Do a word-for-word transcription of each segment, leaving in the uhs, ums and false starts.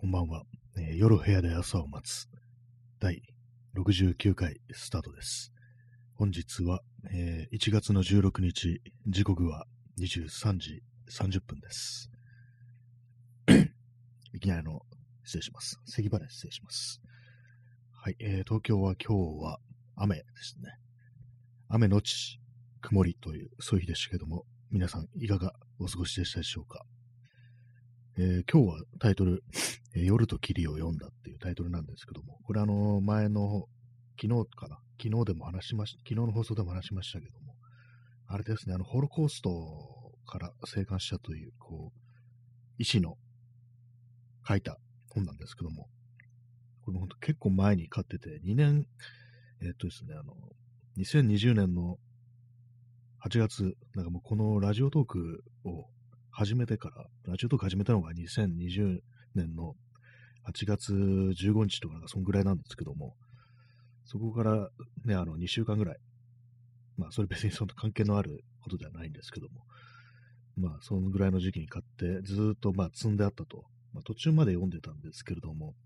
こんばんは、えー夜部屋で朝を待つだいろくじゅうきゅうかいスタートです。本日は、えーいちがつのじゅうろくにち、時刻はにじゅうさんじさんじゅっぷんです。いきなりあの、失礼します。咳払い失礼します。はい、えー東京は今日は雨ですね。雨のち曇りという、そういう日でしたけども、皆さんいかがお過ごしでしたでしょうか。えー今日はタイトル、えー夜と霧を読んだっていうタイトルなんですけども、これあの前の昨日かな、昨日でも話しまし昨日の放送でも話しましたけども、あれですね、あのホロコーストから生還したという、こう、医師の書いた本なんですけども、これも本当結構前に買ってて、にねん、えーっとですね、あの、にせんにじゅうねんのはちがつ、なんかもうこのラジオトークを始めてから、ラジオトーク始めたのがにせんにじゅうねんのはちがつじゅうごにちとかなんかそんぐらいなんですけども、そこからね、あのにしゅうかんぐらい、まあそれ別にその関係のあることではないんですけども、まあそのぐらいの時期に買ってずーっとまあ積んであったと、まあ途中まで読んでたんですけれども、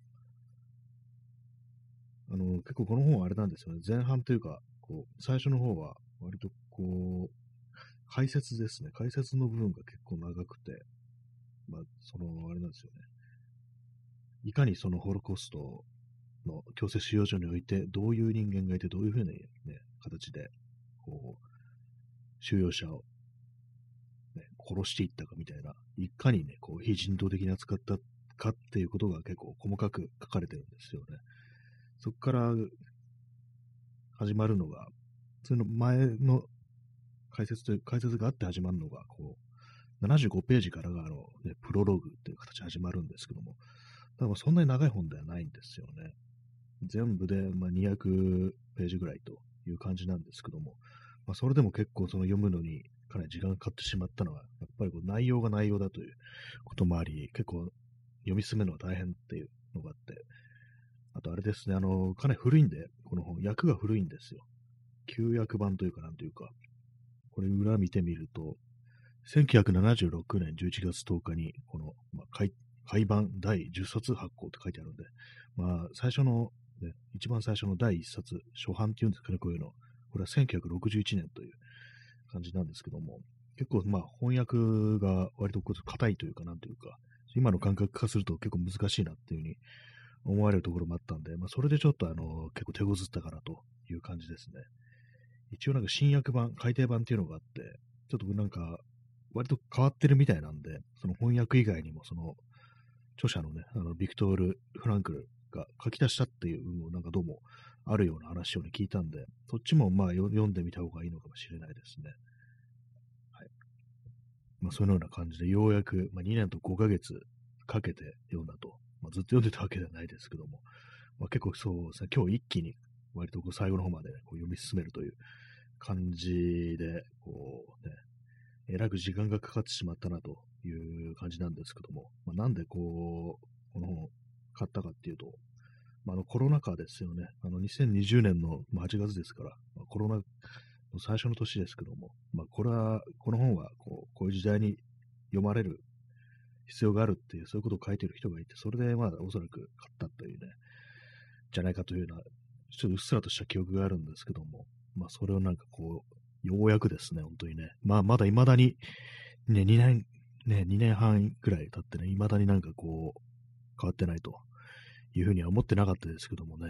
あの結構この本はあれなんですよね、前半というか、こう最初の方は割とこう、解説ですね、解説の部分が結構長くて、まあそのあれなんですよね、いかにそのホロコーストの強制収容所において、どういう人間がいて、どういうふうな、ね、形で、こう、収容者を、ね、殺していったかみたいな、いかにね、こう、非人道的に扱ったかっていうことが結構細かく書かれてるんですよね。そこから始まるのが、その前の解説という、解説があって始まるのが、こう、ななじゅうごページからが、あの、ね、プロローグっていう形で始まるんですけども、多分そんなに長い本ではないんですよね。全部で、まあ、にひゃくページぐらいという感じなんですけども、まあ、それでも結構その読むのにかなり時間がかかってしまったのは、やっぱりこう内容が内容だということもあり、結構読み進めるのが大変っていうのがあって、あとあれですね、あの、かなり古いんで、この本、訳が古いんですよ。旧訳版というかなんというか、これ裏見てみると、せんきゅうひゃくななじゅうろくねんじゅういちがつとおかに、この、まあ、改改版だいじゅっさつ発行って書いてあるんで、まあ、最初の、ね、一番最初のだいいっさつ、初版っていうんですかね、こういうの。これはせんきゅうひゃくろくじゅういちねんという感じなんですけども、結構、まあ、翻訳が割とこう硬いというか、なんというか、今の感覚化すると結構難しいなっていうふうに思われるところもあったんで、まあ、それでちょっとあの、結構手こずったかなという感じですね。一応なんか新訳版、改訂版っていうのがあって、ちょっとなんか、割と変わってるみたいなんで、その翻訳以外にも、その、著者のね、あの、ビクトール・フランクルが書き足したっていう部分もなんかどうもあるような話をね、聞いたんで、そっちもまあよ読んでみた方がいいのかもしれないですね。はい。まあそういうような感じで、ようやく、まあ、にねんとごかげつかけて読んだと。まあ、ずっと読んでたわけではないですけども、まあ、結構そうですね、今日一気に割とこう最後の方まで、ね、こう読み進めるという感じで、こうね、えらく時間がかかってしまったなという感じなんですけども、まあ、なんでこう、この本を買ったかっていうと、まあ、あのコロナ禍ですよね。あのにせんにじゅうねんのはちがつですから、まあ、コロナの最初の年ですけども、まあ、これは、この本はこうこういう時代に読まれる必要があるっていう、そういうことを書いてる人がいて、それでまあおそらく買ったというね、じゃないかというような、ちょっとうっすらとした記憶があるんですけども、まあそれをなんかこう、ようやくですね、本当にね、まあまだ未だに、ね、にねん、ね、にねんはんくらい経ってね、未だになんかこう、変わってないというふうには思ってなかったですけどもね、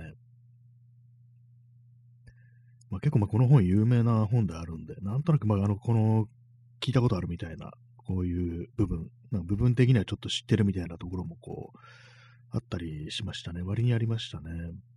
まあ、結構まあこの本有名な本であるんで、なんとなくまああの、この、聞いたことあるみたいな、こういう部分、なんか部分的にはちょっと知ってるみたいなところもこう、あったりしましたね。割にありましたね。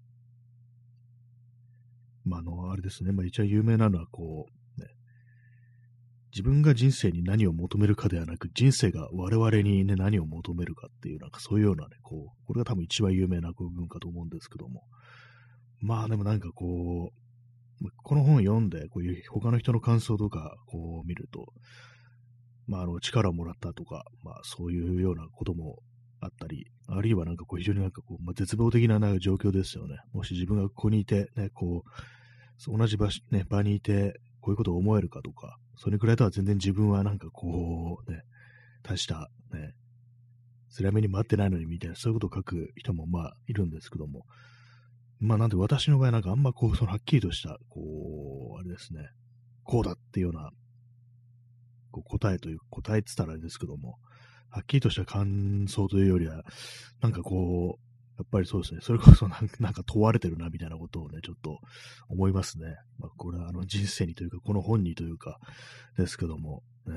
まあ、あの、あれですね。まあ一番有名なのはこう、ね、自分が人生に何を求めるかではなく、人生が我々にね、何を求めるかっていう、なんかそういうようなね、こう、これが多分一番有名なこう文化と思うんですけども。まあでもなんかこう、この本を読んで、こういう他の人の感想とか、こう見ると、まああの、力をもらったとか、まあそういうようなこともあったり、あるいはなんかこう非常になんかこう、まあ、絶望的ななんか状況ですよね。もし自分がここにいて、ね、こう、同じ場所、ね、場にいて、こういうことを思えるかとか、それくらいとは全然自分はなんかこう、ね、大した、ね、 辛めに待ってないのにみたいな、そういうことを書く人もまあいるんですけども、まあなんで私の場合なんかあんまこう、そのはっきりとした、こう、あれですね、こうだっていうような、こう答えという、答えって言ったらあれですけども、はっきりとした感想というよりは、なんかこう、やっぱりそうですね、それこそなんかなんか問われてるなみたいなことをね、ちょっと思いますね。まあ、これはあの人生にというか、この本にというか、ですけども、ね、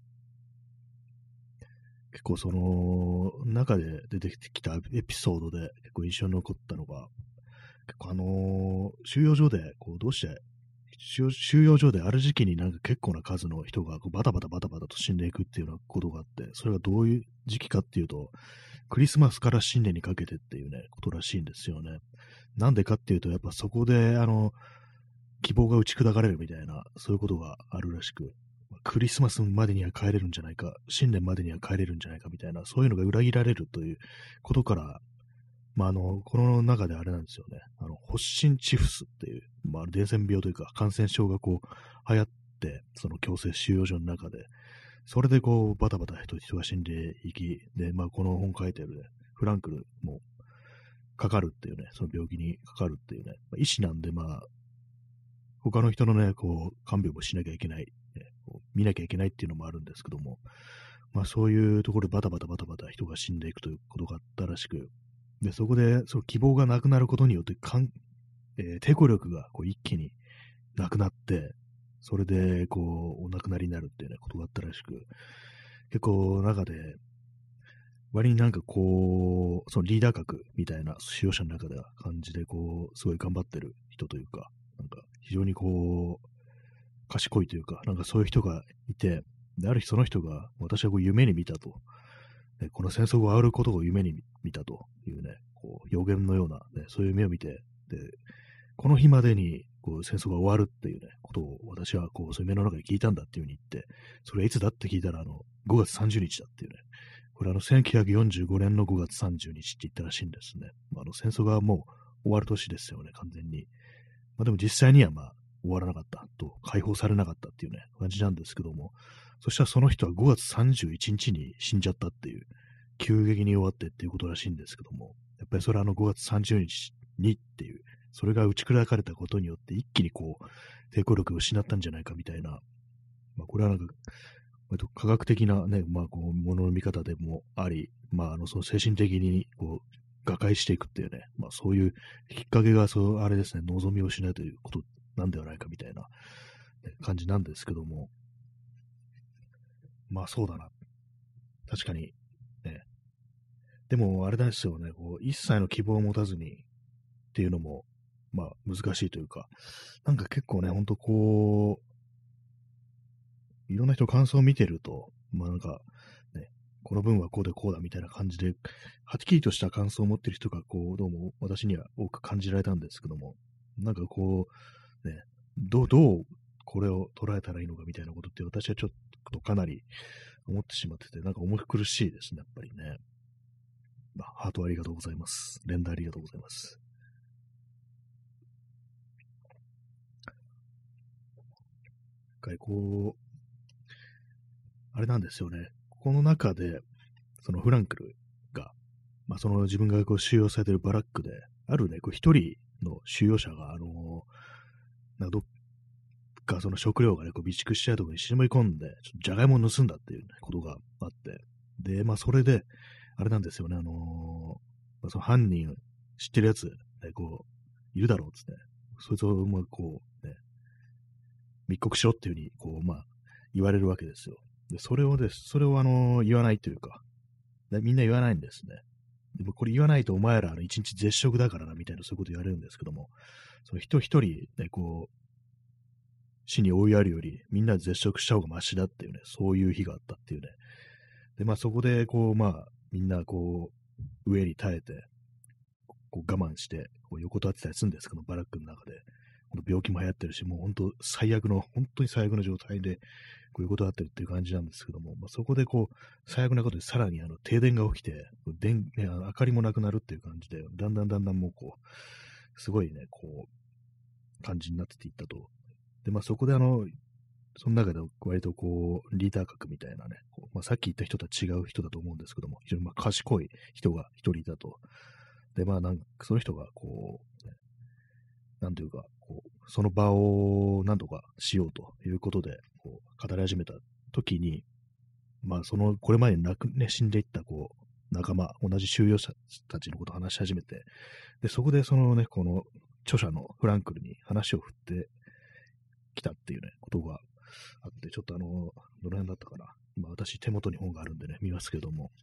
結構その中で出てきたエピソードで結構印象に残ったのが、結構あのー収容所で、こう、どうして収収容所である時期になんか結構な数の人がこうバタバタバタバタと死んでいくっていうようなことがあって、それがどういう時期かっていうと、クリスマスから新年にかけてっていうね、ことらしいんですよね。なんでかっていうと、やっぱそこで、あの、希望が打ち砕かれるみたいな、そういうことがあるらしく、クリスマスまでには帰れるんじゃないか、新年までには帰れるんじゃないかみたいな、そういうのが裏切られるということから、まあ、あの、この中であれなんですよね。あの、発疹チフスっていう、まあ、伝染病というか感染症がこう、流行って、その強制収容所の中で、それでこう、バタバタ人人が死んでいき、で、まあ、この本書いてるね、フランクルもかかるっていうね、その病気にかかるっていうね、まあ、医師なんで、まあ、他の人のね、こう、看病もしなきゃいけない、ね、こう見なきゃいけないっていうのもあるんですけども、まあ、そういうところでバタバタバタバタ人が死んでいくということがあったらしく、で、そこで、その希望がなくなることによって、かんえー抵抗力がこう一気になくなって、それで、こう、お亡くなりになるっていうね、ことがあったらしく、結構、中で、割になんかこう、そのリーダー格みたいな使用者の中では感じで、こう、すごい頑張ってる人というか、なんか、非常にこう、賢いというか、なんかそういう人がいて、で、ある日その人が、私はこう夢に見たと。でこの戦争が終わることを夢に見たというね、こう予言のような、ね、そういう夢を見て、で、この日までにこう戦争が終わるっていうね、ことを私はこう、そういう夢の中で聞いたんだっていうふうに言って、それはいつだって聞いたら、あの、ごがつさんじゅうにちだっていうね、これあの、せんきゅうひゃくよんじゅうごねんのごがつさんじゅうにちって言ったらしいんですね。まあ、あの、戦争がもう終わる年ですよね、完全に。まあ、でも実際にはまあ、終わらなかったと、解放されなかったっていうね、感じなんですけども、そしたらその人はごがつさんじゅういちにちに死んじゃったっていう、急激に終わってっていうことらしいんですけども、やっぱりそれはあのごがつさんじゅうにちにっていう、それが打ち砕かれたことによって一気にこう、抵抗力を失ったんじゃないかみたいな、まあこれはなんか、割と科学的なね、まあこう、ものの見方でもあり、まああの、その精神的にこう、瓦解していくっていうね、まあそういうきっかけが、そう、あれですね、望みをしないということなんではないかみたいな、ね、感じなんですけども、まあそうだな。確かに、ね。でもあれですよね、こう、一切の希望を持たずにっていうのも、まあ難しいというか、なんか結構ね、ほんとこう、いろんな人感想を見てると、まあなんか、ね、この文はこうでこうだみたいな感じで、はっきりとした感想を持ってる人が、こう、どうも私には多く感じられたんですけども、なんかこう、ね、どう、どうこれを捉えたらいいのかみたいなことって私はちょっとかなり思ってしまってて、なんか重苦しいですね、やっぱりね。まあ、ハートありがとうございます。連打ありがとうございます。一回こう、あれなんですよね。この中で、そのフランクルが、まあ、その自分がこう収容されているバラックで、あるね、こう一人の収容者が、あのなんかどっかその食料がね、こう備蓄してあるところに忍び込んで、ちょっとじゃがいもを盗んだっていう、ね、ことがあって、で、まあ、それで、あれなんですよね、あのーまあ、その犯人知ってるやつ、ね、こう、いるだろうっつって、そいつを、まあ、こう、ね、密告しろっていうふうに、こう、まあ、言われるわけですよ。で、それをです、それをあのー言わないというか、でみんな言わないんですね。でもこれ言わないとお前らあの一日絶食だからな、みたいなそういうこと言われるんですけども、その人一人、ね、こう、死に追いやるより、みんなで絶食した方がマシだっていうね、そういう日があったっていうね。で、まあそこで、こう、まあ、みんなこう、上に耐えて、こう我慢して、こう横たわってたりするんですけど、バラックの中で。この病気も流行ってるし、もう本当最悪の、本当に最悪の状態で、こういうことあってるっていう感じなんですけども、まあ、そこでこう、最悪なことでさらにあの停電が起きて、電、ね、あの明かりもなくなるっていう感じで、だんだんだんだんもうこう、すごいね、こう、感じになっていったと。で、まあそこであの、 その中で割とこう、リーダー格みたいなね、こうまあ、さっき言った人とは違う人だと思うんですけども、非常にまあ賢い人が一人いたと。で、まあなんか、その人がこう、ね、なんというか、こう、その場を何とかしようということで、こう、語り始めた時に、まあその、これまでに亡く、ね、死んでいったこう、仲間、同じ収容者たちのことを話し始めて、で、そこでそのね、この著者のフランクルに話を振ってきたっていうね、ことがあって、ちょっとあの、どの辺だったかな。今私手元に本があるんでね、見ますけども。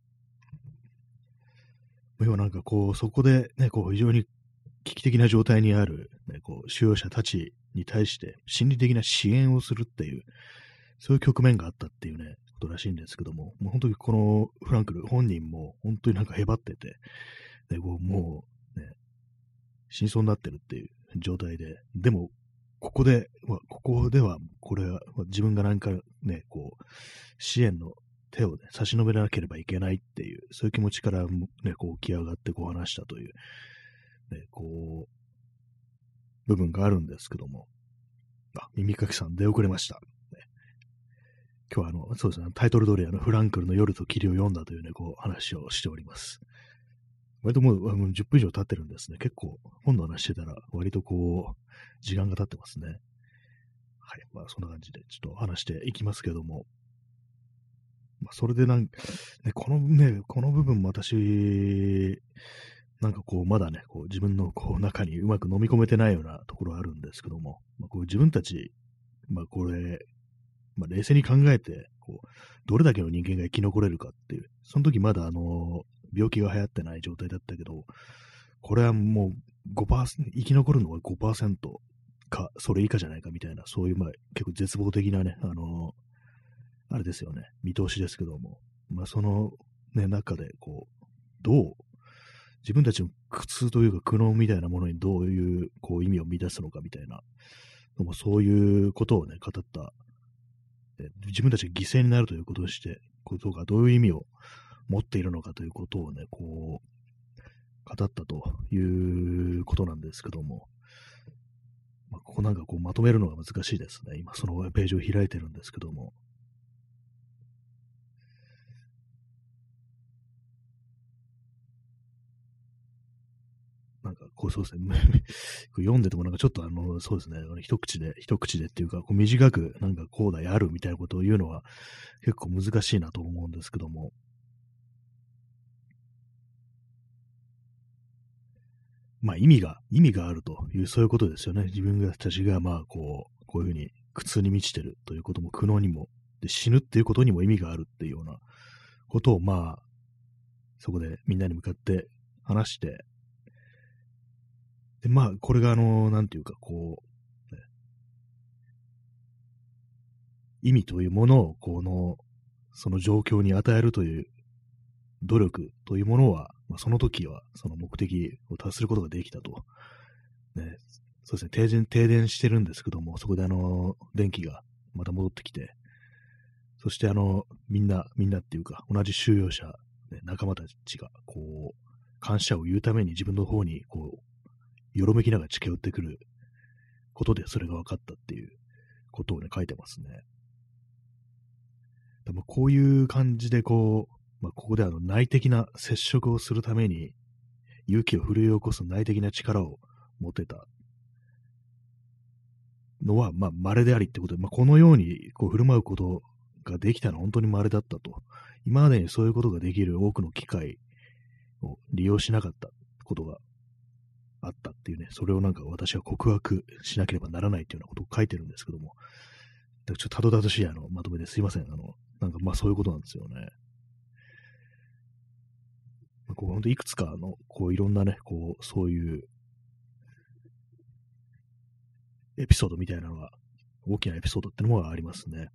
要はなんかこう、そこでね、こう非常に危機的な状態にある、ね、こう収容者たちに対して心理的な支援をするっていう、そういう局面があったっていうね、ことらしいんですけども、もう本当にこのフランクル本人も本当になんかへばってて、でこうもうね、死にそうになってるっていう状態で、でも、ここで、まあ、ここでは、これは、自分がなんかね、こう、支援の手をね、差し伸べなければいけないっていう、そういう気持ちからね、こう、起き上がってこう話したという、ね、こう、部分があるんですけども、あ、耳かきさん出遅れました。ね、今日はあの、そうですね、タイトル通りあの、フランクルの夜と霧を読んだというね、こう、話をしております。割ともう、もうじゅっぷん以上経ってるんですね。結構本の話してたら割とこう、時間が経ってますね。はい。まあそんな感じでちょっと話していきますけども。まあそれでなんか、ね、このね、この部分も私、なんかこう、まだね、こう自分のこう中にうまく飲み込めてないようなところはあるんですけども、まあこう自分たち、まあこれ、まあ冷静に考えて、こう、どれだけの人間が生き残れるかっていう、その時まだあの、病気が流行ってない状態だったけど、これはもうごパーセント、生き残るのがごパーセントか、それ以下じゃないかみたいな、そういう、まあ、結構絶望的なね、あのあれですよね、見通しですけども、まあ、その、ね、中で、こう、どう、自分たちの苦痛というか苦悩みたいなものにどういう、こう、意味を見出すのかみたいな、もそういうことをね、語った、自分たちが犠牲になるということをして、ことがどういう意味を持っているのかということをね、こう、語ったということなんですけども、まあ、ここなんかこうまとめるのが難しいですね。今そのページを開いてるんですけども。なんかこうそうですね。読んでてもなんかちょっとあの、そうですね。一口で、一口でっていうか、こう短くなんかこうだやるみたいなことを言うのは結構難しいなと思うんですけども。まあ意味が、意味があるという、そういうことですよね。自分たちがまあこう、こういうふうに苦痛に満ちてるということも苦悩にも、で死ぬっていうことにも意味があるっていうようなことをまあ、そこでみんなに向かって話して、で、まあ、これがあの、なんていうか、こう、ね、意味というものを、この、その状況に与えるという努力というものは、まあ、その時は、その目的を達することができたと。ね、そうですね、停電、停電してるんですけども、そこであの、電気がまた戻ってきて、そしてあの、みんな、みんなっていうか、同じ収容者、ね、仲間たちが、こう、感謝を言うために自分の方に、こう、よろめきながら近寄ってくることでそれが分かったっていうことをね、書いてますね。でもこういう感じでこう、まあ、ここであの内的な接触をするために勇気を奮い起こす内的な力を持てたのは、まあ、稀でありってことで、まあ、このようにこう振る舞うことができたのは本当に稀だったと。今までにそういうことができる多くの機会を利用しなかったことがあったっていうね、それをなんか私は告白しなければならないっていうようなことを書いてるんですけども、ちょっとたどたどしいあのまとめですいません。あの、なんかまあそういうことなんですよね。まあ、こう本当いくつかの、こういろんなね、こう、そういうエピソードみたいなのが、大きなエピソードってのもありますね。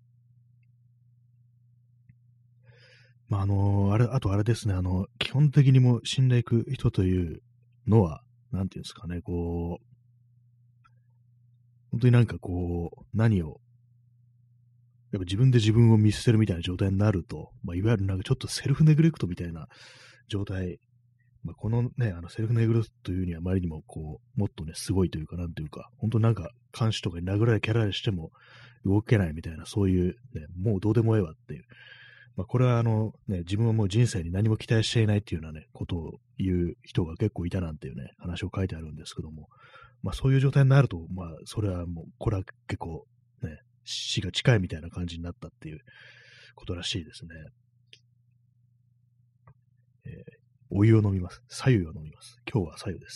まあ、あの、あれ、あとあれですね、あの、基本的にも死んでいく人というのは、なんていうんですかね、こう、本当になんかこう、何を、やっぱ自分で自分を見捨てるみたいな状態になると、まあ、いわゆるなんかちょっとセルフネグレクトみたいな状態まあ、このね、あのセルフネグロというにはあまりにもこう、もっとね、すごいというか、なんというか、本当なんか、監視とかに殴られ、蹴られしても動けないみたいな、そういう、ね、もうどうでもええわっていう。まあ、これはあの、ね、自分はもう人生に何も期待していないっていうようなね、ことを言う人が結構いたなんていうね、話を書いてあるんですけども、まあそういう状態になると、まあそれはもう、これは結構ね、死が近いみたいな感じになったっていうことらしいですね。えー、お湯を飲みます。白湯を飲みます。今日は白湯です。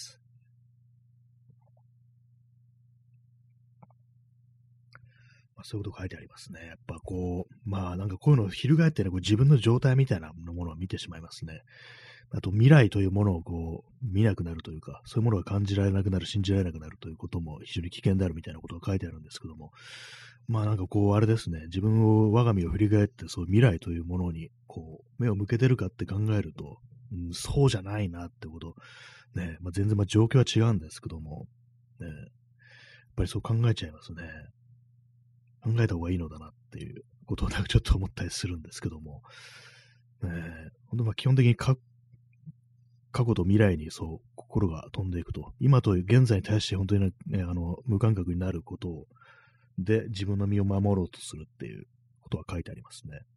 まあ、そういうこと書いてありますね。やっぱこう、まあなんかこういうのを翻ってね、こう自分の状態みたいなものを見てしまいますね。あと未来というものをこう見なくなるというか、そういうものが感じられなくなる、信じられなくなるということも非常に危険であるみたいなことが書いてあるんですけども、まあなんかこうあれですね、自分を、我が身を振り返って、そう未来というものにこう目を向けてるかって考えると、うん、そうじゃないなってこと、ね、まあ、全然まあ状況は違うんですけども、ね、やっぱりそう考えちゃいますね。考えた方がいいのだなっていうことをなんかちょっと思ったりするんですけども、ね、本当まあ基本的にか過去と未来にそう心が飛んでいくと、今という現在に対して本当に、ね、あの無感覚になることをで自分の身を守ろうとするっていうことが書いてありますね。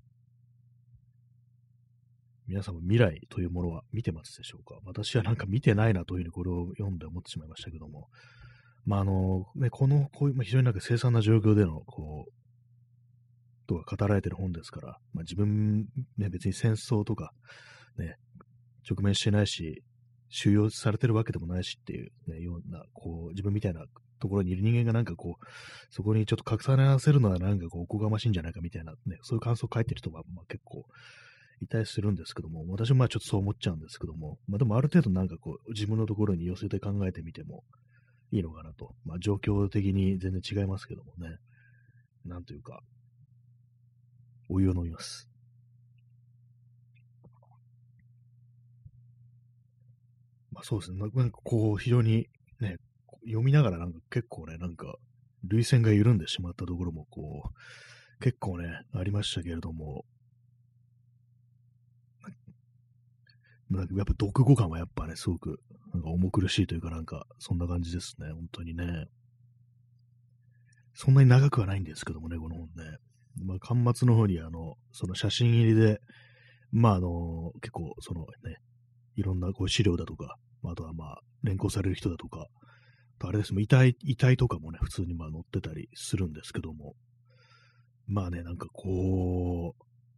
皆さんも未来というものは見てますでしょうか？私はなんか見てないなというふうにこれを読んで思ってしまいましたけども、まああのね、このこういう、まあ、非常になんか凄惨な状況でのこうとが語られている本ですから、まあ、自分、ね、別に戦争とか、ね、直面してないし、収容されてるわけでもないしっていう、ね、ような、こう、自分みたいなところにいる人間がなんかこう、そこにちょっと重ね合わせるのはなんかこう、おこがましいんじゃないかみたいな、ね、そういう感想を書いてる人が、まあ、結構いたりするんですけども、私もまあちょっとそう思っちゃうんですけども、まあでもある程度なんかこう、自分のところに寄せて考えてみてもいいのかなと。まあ状況的に全然違いますけどもね。なんというか、お湯を飲みます。まあそうですね。なんかこう、非常にね、読みながらなんか結構ね、なんか、涙腺が緩んでしまったところもこう、結構ね、ありましたけれども、なんかやっぱ読後感はやっぱね、すごくなんか重苦しいというかなんか、そんな感じですね、本当にね。そんなに長くはないんですけどもね、この本ね。まあ、端末の方にあの、その写真入りで、まああの、結構そのね、いろんなこう資料だとか、あとはまあ、連行される人だとか、あれですね、遺体、遺体とかもね、普通にまあ載ってたりするんですけども、まあね、なんかこ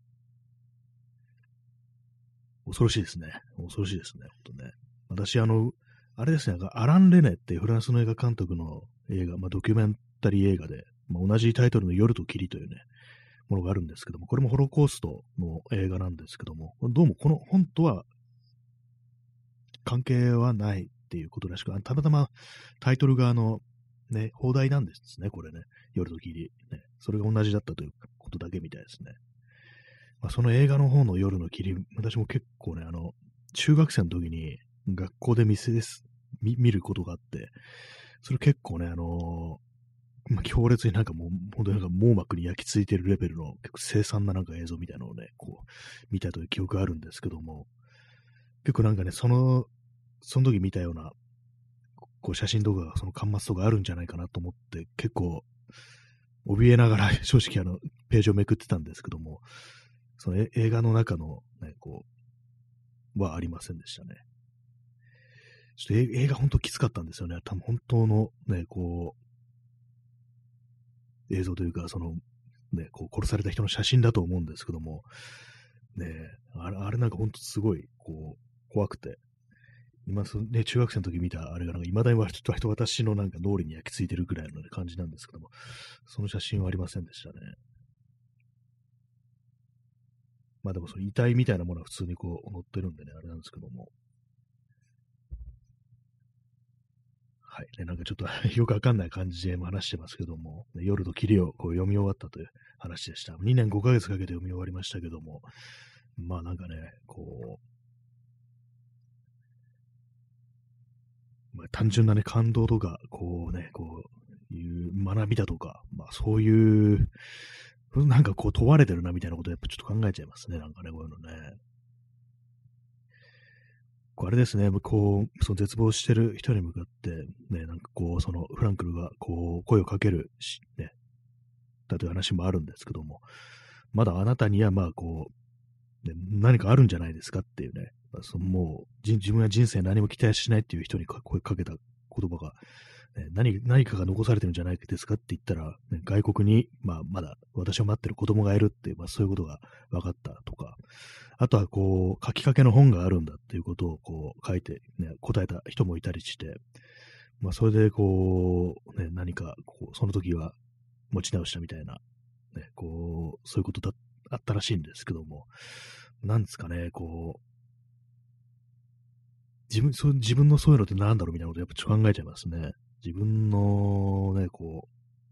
う、恐ろしいですね。恐ろしいですね、ほんとね。私、あの、あれですね、アラン・レネっていうフランスの映画監督の映画、まあ、ドキュメンタリー映画で、まあ、同じタイトルの夜と霧というね、ものがあるんですけども、これもホロコーストの映画なんですけども、どうもこの本とは関係はないっていうことらしく、たまたまタイトルがあの、ね、放題なんですね、これね。夜と霧。ね。それが同じだったということだけみたいですね。まあ、その映画の方の夜の霧、私も結構ね、あの、中学生の時に学校で見せです、見見ることがあって、それ結構ね、あのーまあ、強烈になんかもう、本当になんか網膜に焼き付いてるレベルの結構凄惨ななんか映像みたいなのをね、こう、見たという記憶があるんですけども、結構なんかね、その、その時見たような、こう写真とか、その端末とかあるんじゃないかなと思って、結構、怯えながら正直あの、ページをめくってたんですけども、その映画の中のね、こう、はありませんでしたね。ちょっと映画本当きつかったんですよね。多分本当のね、こう、映像というか、その、ね、こう殺された人の写真だと思うんですけども、ね、あれ、あれなんか本当すごい、こう、怖くて、今そのね、中学生の時見たあれがなんか未だに割と私のなんか脳裏に焼き付いてるくらいの、ね、感じなんですけども、その写真はありませんでしたね。まあでもその遺体みたいなものは普通にこう載ってるんでね、あれなんですけども。はい。ね、なんかちょっとよくわかんない感じで話してますけども、ね、夜と霧をこう読み終わったという話でした。にねんごかげつかけて読み終わりましたけども、まあなんかね、こう、まあ、単純なね、感動とか、こうね、こういう学びだとか、まあそういう、なんかこう問われてるなみたいなことをやっぱちょっと考えちゃいますね、なんかね、こういうのね。 こうあれですね、こう、その絶望してる人に向かって、ね、なんかこう、そのフランクルがこう、声をかけるし、ね、だという話もあるんですけども、まだあなたにはまあこう、ね、何かあるんじゃないですかっていうね、まあ、そのもうじ自分は人生何も期待しないっていう人に声かけた言葉が、ね、何何かが残されてるんじゃないですかって言ったら、ね、外国に、まあ、まだ私を待ってる子供がいるっていう、まあ、そういうことが分かったとか、あとはこう書きかけの本があるんだっていうことをこう書いて、ね、答えた人もいたりして、まあ、それでこう、ね、何かこうその時は持ち直したみたいな、ね、こうそういうことだあったらしいんですけども、なんですかね、こう、自分、そう、自分のそういうのって何だろうみたいなことやっぱちょっと考えちゃいますね。自分のね、こ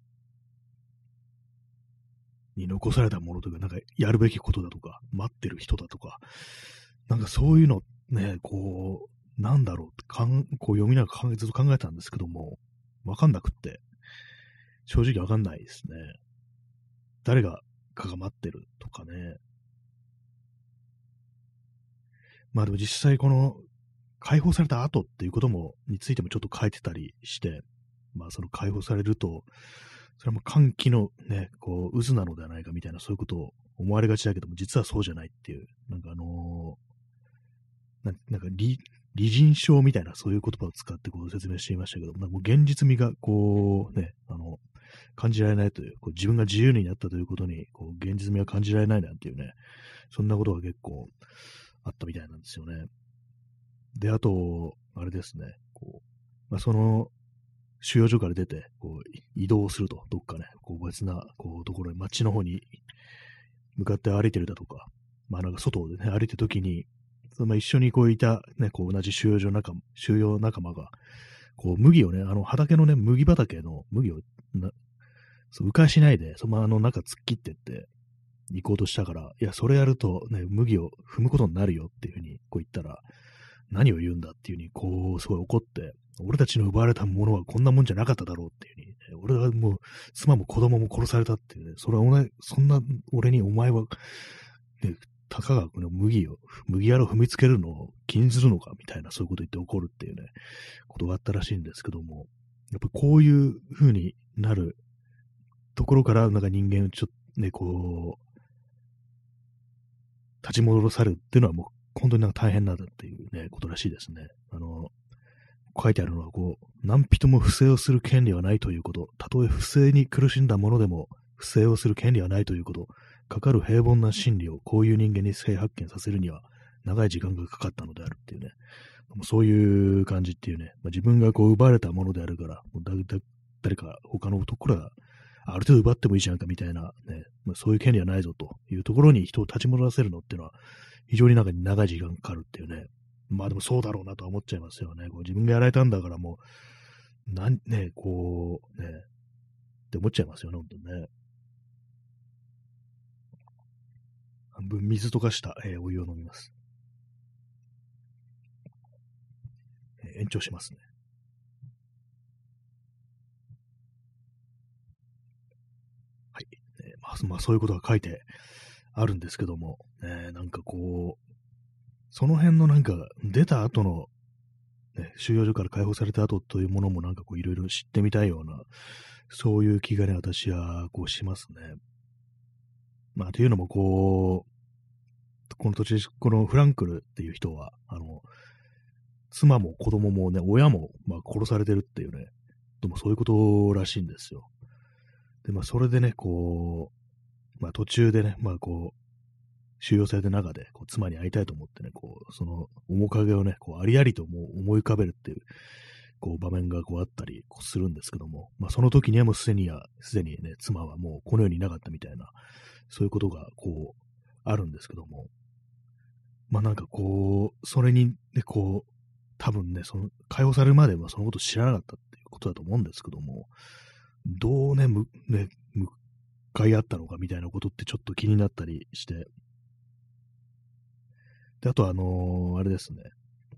う、に残されたものというか、なんかやるべきことだとか、待ってる人だとか、なんかそういうのね、こう、なんだろうってかん、こう読みながらずっと考えたんですけども、わかんなくって、正直わかんないですね。誰がかが待ってるとかね。まあでも実際この解放された後っていうことも、についてもちょっと書いてたりして、まあその解放されると、それも歓喜のね、こう、渦なのではないかみたいな、そういうことを思われがちだけども、実はそうじゃないっていう、なんかあのーななんか理、理人症みたいな、そういう言葉を使ってこう説明していましたけども、なんかもう現実味がこう、ね、あの、感じられないという、こう自分が自由になったということに、こう、現実味が感じられないなんていうね、そんなことが結構あったみたいなんですよね。で、あと、あれですね、こう、まあ、その、収容所から出て、こう、移動すると、どっかね、こう、別な、こう、ところに、街の方に向かって歩いてるだとか、まあ、なんか外でね、歩いてるときに、そのまあ、一緒にこういた、ね、こう、同じ収容所仲間、収容仲間が、こう、麦をね、あの、畑のね、麦畑の麦をな、そう、迂回しないで、そのままあの中突っ切ってって、行こうとしたから、いや、それやるとね、麦を踏むことになるよっていうふうにこう言ったら、何を言うんだっていうふうに、こう、すごい怒って、俺たちの奪われたものはこんなもんじゃなかっただろうっていうふうに、ね、俺はもう、妻も子供も殺されたっていうね、それはお前、そんな俺にお前は、ね、たかがこの麦を、麦わらを踏みつけるのを禁ずるのかみたいな、そういうこと言って怒るっていうね、ことがあったらしいんですけども、やっぱこういう風になるところから、なんか人間、ちょっとね、こう、立ち戻されるっていうのはもう、本当になんか大変なんだっていうね、ことらしいですね。あの、書いてあるのは、こう、何人も不正をする権利はないということ、たとえ不正に苦しんだものでも、不正をする権利はないということ、かかる平凡な真理をこういう人間に再発見させるには、長い時間がかかったのであるっていうね、もうそういう感じっていうね、まあ、自分がこう奪われたものであるから、もうだだ誰か他のところがある程度奪ってもいいじゃんかみたいな、ね、まあ、そういう権利はないぞというところに人を立ち戻らせるのっていうのは、非常になんか長い時間かかるっていうね、まあでもそうだろうなとは思っちゃいますよね。こう自分がやられたんだからもう、なんね、こう、ね、って思っちゃいますよね、本当にね。半分水溶かした、えーお湯を飲みます。えー延長しますね。はい。えーまあ、まあ、そういうことが書いてあるんですけども、ね、なんかこう、その辺のなんか出た後の、ね、収容所から解放された後というものもなんかこういろいろ知ってみたいような、そういう気がね、私はこうしますね。まあ、というのもこう、この土地、このフランクルっていう人は、あの、妻も子供もね、親も、まあ、殺されてるっていうね、でもそういうことらしいんですよ。で、まあ、それでね、こう、まあ、途中でね、まあ、こう、収容された中で、こう、妻に会いたいと思ってね、こう、その面影をね、こう、ありありともう思い浮かべるっていう、こう、場面がこうあったりこうするんですけども、まあ、その時にはもうすでにや、すでにね、妻はもうこの世にいなかったみたいな、そういうことが、こう、あるんですけども、まあ、なんかこう、それに、ね、こう、多分ね、その、解放されるまではそのこと知らなかったっていうことだと思うんですけども、どうね、む、ね、向かい合ったのかみたいなことってちょっと気になったりして、で、あとあのーあれですね、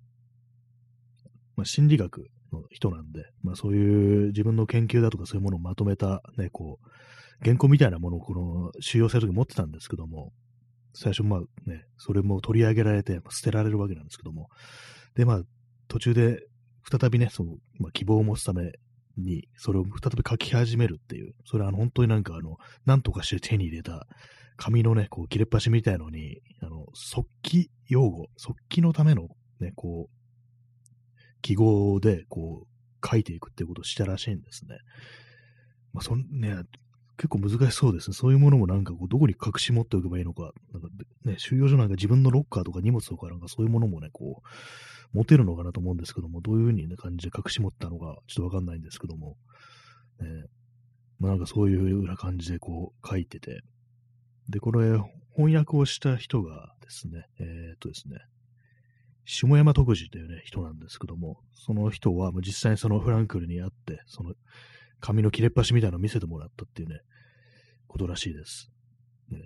まあ、心理学の人なんで、まあ、そういう自分の研究だとかそういうものをまとめた、ね、こう、原稿みたいなものをこの収容される時持ってたんですけども、 最初、まあね、それも取り上げられて、捨てられるわけなんですけども、で、まあ、途中で、再びね、その、まあ、希望を持つために、それを再び書き始めるっていう、それはあの、本当になんかあの、なんとかして手に入れた、紙のね、こう、切れっ端みたいのに、あの、速記用語、速記のための、ね、こう、記号で、こう、書いていくっていうことをしたらしいんですね。まあ、そんね、結構難しそうですね。そういうものもなんかこう、どこに隠し持っておけばいいのか、なんかね、収容所なんか自分のロッカーとか荷物とかなんかそういうものもね、こう、持てるのかなと思うんですけども、どういう風にね、感じで隠し持ったのか、ちょっとわかんないんですけども、ね、まあなんかそういう風な感じでこう、書いてて、で、これ、翻訳をした人がですね、えーっとですね、下山徳次というね、人なんですけども、その人はもう実際にそのフランクルに会って、その紙の切れっ端みたいなのを見せてもらったっていうね、ことらしいです。ね、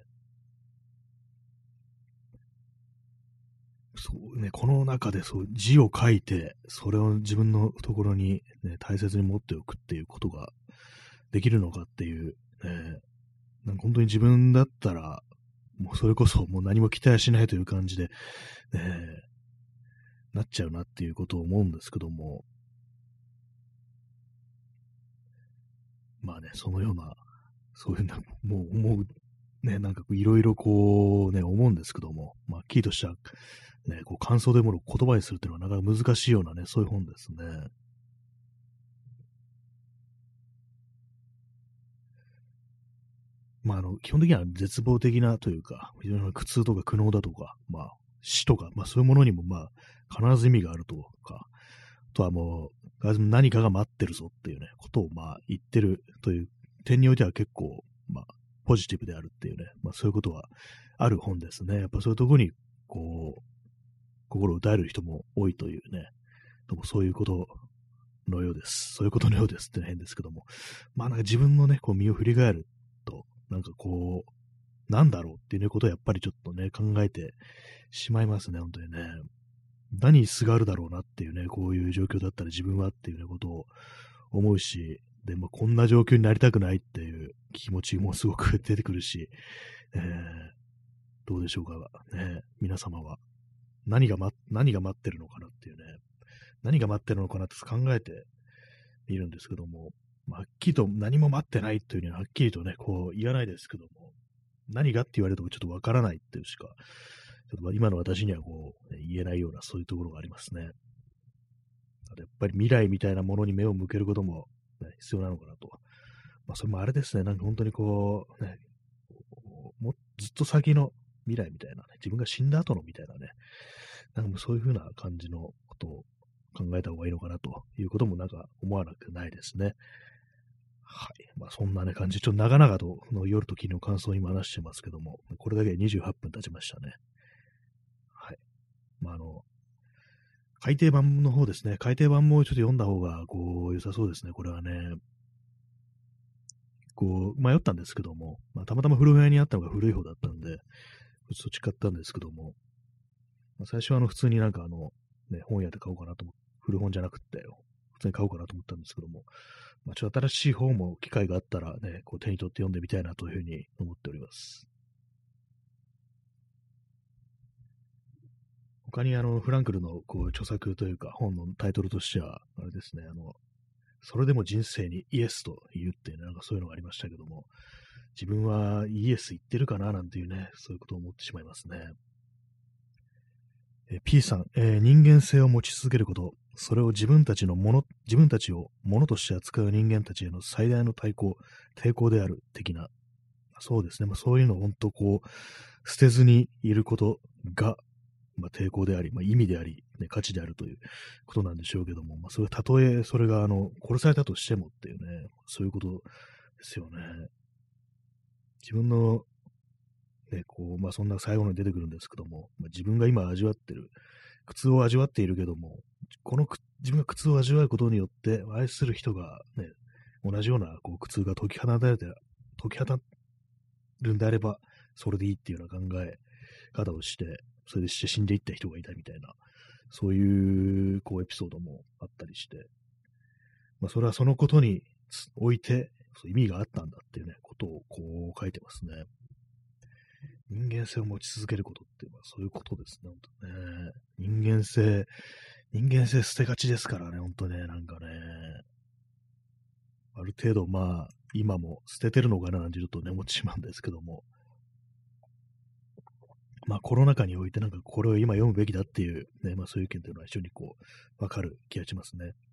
そうね、この中でそう字を書いて、それを自分のところに、ね、大切に持っておくっていうことができるのかっていう、ね、なんか本当に自分だったら、もうそれこそもう何も期待しないという感じで、ね、なっちゃうなっていうことを思うんですけども、まあね、そのような、そういうな、もう思う、ね、なんかいろいろこうね、思うんですけども、まあ、キーとした、ね、こう感想でものを言葉にするっていうのはなかなか難しいようなね、そういう本ですね。まあ、あの、基本的には絶望的なというか、非常に苦痛とか苦悩だとか、まあ、死とか、まあそういうものにもまあ、必ず意味があるとか、あとはもう、必ず何かが待ってるぞっていうね、ことをまあ言ってるという点においては結構、まあ、ポジティブであるっていうね、まあそういうことはある本ですね。やっぱそういうところに、こう、心を打たれる人も多いというね、でもそういうことのようです。そういうことのようですって変ですけども。まあなんか自分のね、こう身を振り返ると、なんかこう、なんだろうっていうねことをやっぱりちょっとね、考えてしまいますね、本当にね。何にすがるだろうなっていうね、こういう状況だったら自分はっていうねことを思うし、で、まあ、こんな状況になりたくないっていう気持ちもすごく出てくるし、えー、どうでしょうか、ね、皆様は。何が、ま、何が待ってるのかなっていうね、何が待ってるのかなって考えてみるんですけども、まあはっきりと何も待ってないというにははっきりとね、こう言わないですけども、何がって言われるとちょっとわからないっていうしか、ちょっと今の私にはこう、ね、言えないようなそういうところがありますね。やっぱり未来みたいなものに目を向けることも、ね、必要なのかなと。まあ、それもあれですね、なんか本当にこう、ね、もうずっと先の未来みたいなね、自分が死んだ後のみたいなね、なんかもうそういう風な感じのことを考えた方がいいのかなということもなんか思わなくないですね。はい。まあそんなね感じ、ちょっと長々との夜と昨日感想を今話してますけども、これだけでにじゅうはっぷん経ちましたね。はい。まああの、改訂版の方ですね。改訂版もちょっと読んだ方がこう良さそうですね。これはね。こう迷ったんですけども、まあ、たまたま古本屋にあったのが古い方だったんで、そっち買ったんですけども、まあ、最初はあの普通になんかあの、ね、本屋で買おうかなと思って、古本じゃなくて、普通に買おうかなと思ったんですけども、まあ、ちょっと新しい本も機会があったらね、こう手に取って読んでみたいなというふうに思っております。他にあの、フランクルのこう著作というか本のタイトルとしては、あれですね、あの、それでも人生にイエスと言うっていうね、なんかそういうのがありましたけども、自分はイエス言ってるかななんていうね、そういうことを思ってしまいますね。えー P さん、えー人間性を持ち続けること、それを自分たちのもの、自分たちをものとして扱う人間たちへの最大の対抗、抵抗である的な、そうですね、まあ、そういうのを本当こう、捨てずにいることが、まあ、抵抗であり、まあ、意味であり、ね、価値であるということなんでしょうけども、まあ、それたとえそれがあの殺されたとしてもっていうね、そういうことですよね。自分のね、こう、まあ、そんな最後に出てくるんですけども、まあ、自分が今味わってる、苦痛を味わっているけども、この自分が苦痛を味わうことによって、愛する人がね、同じようなこう苦痛が解き放たれて、解き放るんであれば、それでいいっていうような考え方をして、それでして死んでいった人がいたみたいな、そういうこうエピソードもあったりして、まあ、それはそのことにおいて、意味があったんだっていうね、ことをこう書いてますね。 人間性を持ち続けることって、まあそういうことですね、本当ね。人間性、人間性捨てがちですからね、本当ね、なんかね、ある程度まあ、今も捨ててるのかななんてちょっとね、思ってしまうんですけども、まあコロナ禍においてなんかこれを今読むべきだっていう、ね、まあそういう意見というのは非常にこう、わかる気がしますね。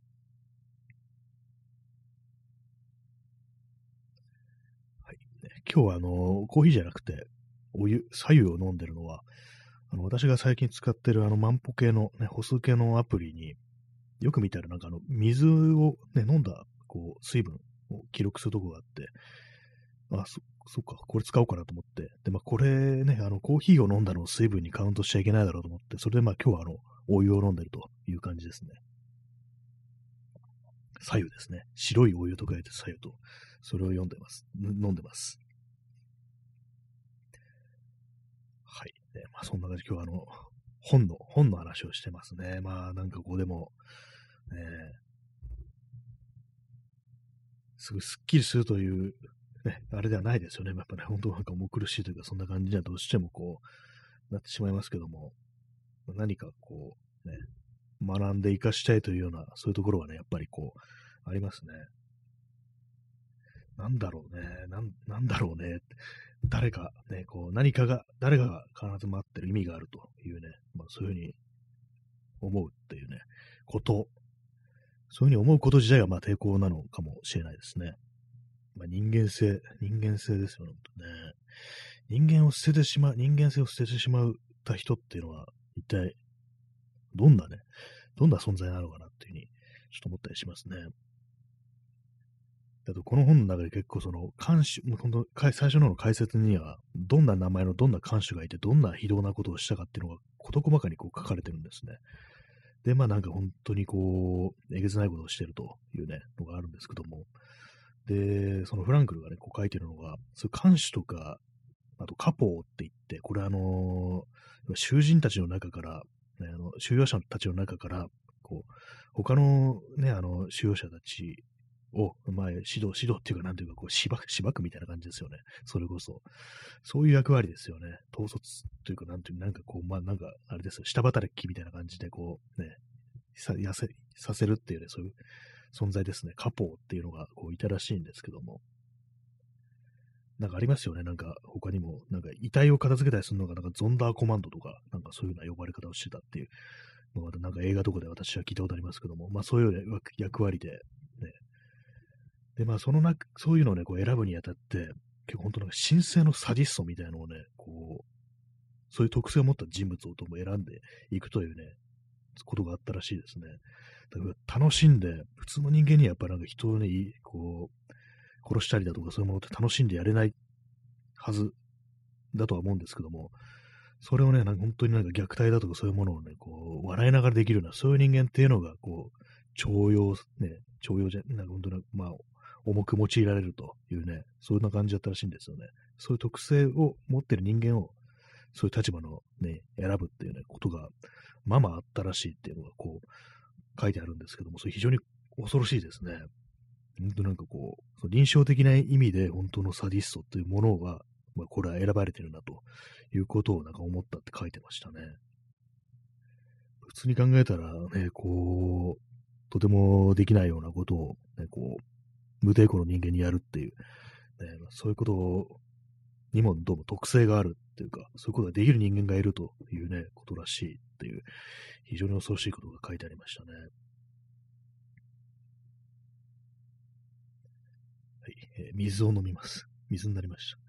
はい。ね、今日はあの、コーヒーじゃなくて、お湯、白湯を飲んでるのは、あの、私が最近使ってるあの万歩計のね、歩数計のアプリに、よく見たらなんかあの、水をね、飲んだ、こう、水分を記録するとこがあって、あ、そ、そっか、これ使おうかなと思って。で、まあ、これね、あの、コーヒーを飲んだのを水分にカウントしちゃいけないだろうと思って、それでまあ今日はあの、お湯を飲んでるという感じですね。白湯ですね。白いお湯と書いて白湯と、それを読んでます。飲んでます。はい。ね、まあ、そんな感じで今日はあの、本の、本の話をしてますね。まあ、なんかこうでも、ね、すぐすっきりするという、ね、あれではないですよね。やっぱね、本当なんか重苦しいというか、そんな感じにはどうしてもこう、なってしまいますけども、何かこう、ね、学んで活かしたいというような、そういうところはね、やっぱりこう、ありますね。なんだろうね、なん、なんだろうね、誰かね、こう、何かが、誰かが必ず待ってる意味があるというね、まあそういうふうに思うっていうね、こと、そういうふうに思うこと自体がまあ抵抗なのかもしれないですね。まあ、人間性、人間性ですよね、本当ね。人間を捨ててしまう、人間性を捨ててしまった人っていうのは、一体、どんなね、どんな存在なのかなっていうふうに、ちょっと思ったりしますね。あと、この本の中で結構その、看守、もう本当、か最初の方の解説には、どんな名前のどんな看守がいて、どんな非道なことをしたかっていうのが、事細かにこう書かれてるんですね。で、まあなんか本当にこう、えげつないことをしてるというね、のがあるんですけども、で、そのフランクルがね、こう書いてるのが、そういう看守とか、あと、カポーって言って、これあのー囚人たちの中から、ね、あの収容者たちの中から、こう、他のね、あの、収容者たちを、まあ、指導、指導っていうか、なんていうか、こう、しばく、しばくみたいな感じですよね。それこそ。そういう役割ですよね。統率というか、なんていう、なんかこう、まあ、なんか、あれですよ、下働きみたいな感じで、こう、ね、さ、やせ、させるっていうね、そういう存在ですね。カポーっていうのが、こう、いたらしいんですけども、なんかありますよね。なんか他にも、なんか遺体を片付けたりするのが、なんかゾンダーコマンドとか、なんかそういうような呼ばれ方をしてたっていうのが、なんか映画とかで私は聞いたことありますけども、まあそういう役役割で、ね。で、まあそのな、そういうのをね、こう選ぶにあたって、結構本当なんか神聖のサディストみたいなのをね、こう、そういう特性を持った人物をとも選んでいくというね、ことがあったらしいですね。だから楽しんで、普通の人間にはやっぱなんか人をね、こう、殺したりだとかそういうものって楽しんでやれないはずだとは思うんですけども、それをね、なんか本当になんか虐待だとかそういうものをね、こう、笑いながらできるような、そういう人間っていうのが、こう、徴用、ね、徴用じゃ、なんか本当に、まあ、重く用いられるというね、そんな感じだったらしいんですよね。そういう特性を持ってる人間を、そういう立場のね、選ぶっていうね、ことが、まあまああったらしいっていうのが、こう、書いてあるんですけども、それ非常に恐ろしいですね。本当なんかこう、その臨床的な意味で本当のサディストっていうものが、まあ、これは選ばれてるなということをなんか思ったって書いてましたね。普通に考えたらね、こう、とてもできないようなことを、ね、こう、無抵抗の人間にやるっていう、ね、そういうことにもどうも特性があるっていうか、そういうことができる人間がいるというね、ことらしいっていう、非常に恐ろしいことが書いてありましたね。はい、えー水を飲みます。水になりました。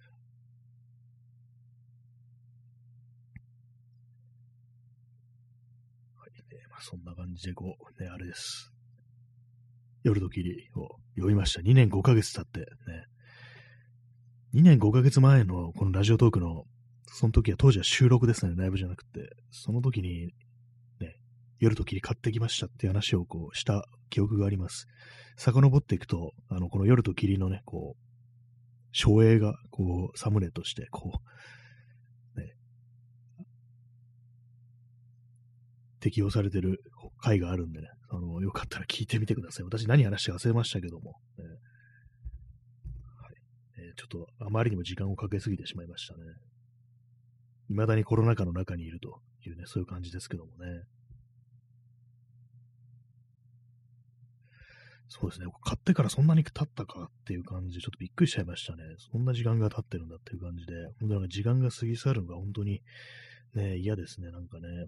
はい、えーまあ、そんな感じで、こう、ね、あれです。夜と霧を読みました。にねんごかげつ経ってね、にねんごかげつまえのこのラジオトークの、その時は当時は収録ですね、ライブじゃなくて、その時にね、夜と霧買ってきましたっていう話をこうした記憶があります。遡っていくと、あの、この夜と霧のね、こう、照影が、こう、サムネとして、こう、ね、適用されてる回があるんでね、あの、よかったら聞いてみてください。私何話したか忘れましたけども、ね、はい、えーちょっとあまりにも時間をかけすぎてしまいましたね。 未だにコロナ禍の中にいるというね、そういう感じですけどもね。そうですね。買ってからそんなに経ったかっていう感じで、ちょっとびっくりしちゃいましたね。そんな時間が経ってるんだっていう感じで、本当なんか時間が過ぎ去るのが本当にね、嫌ですね、なんかね。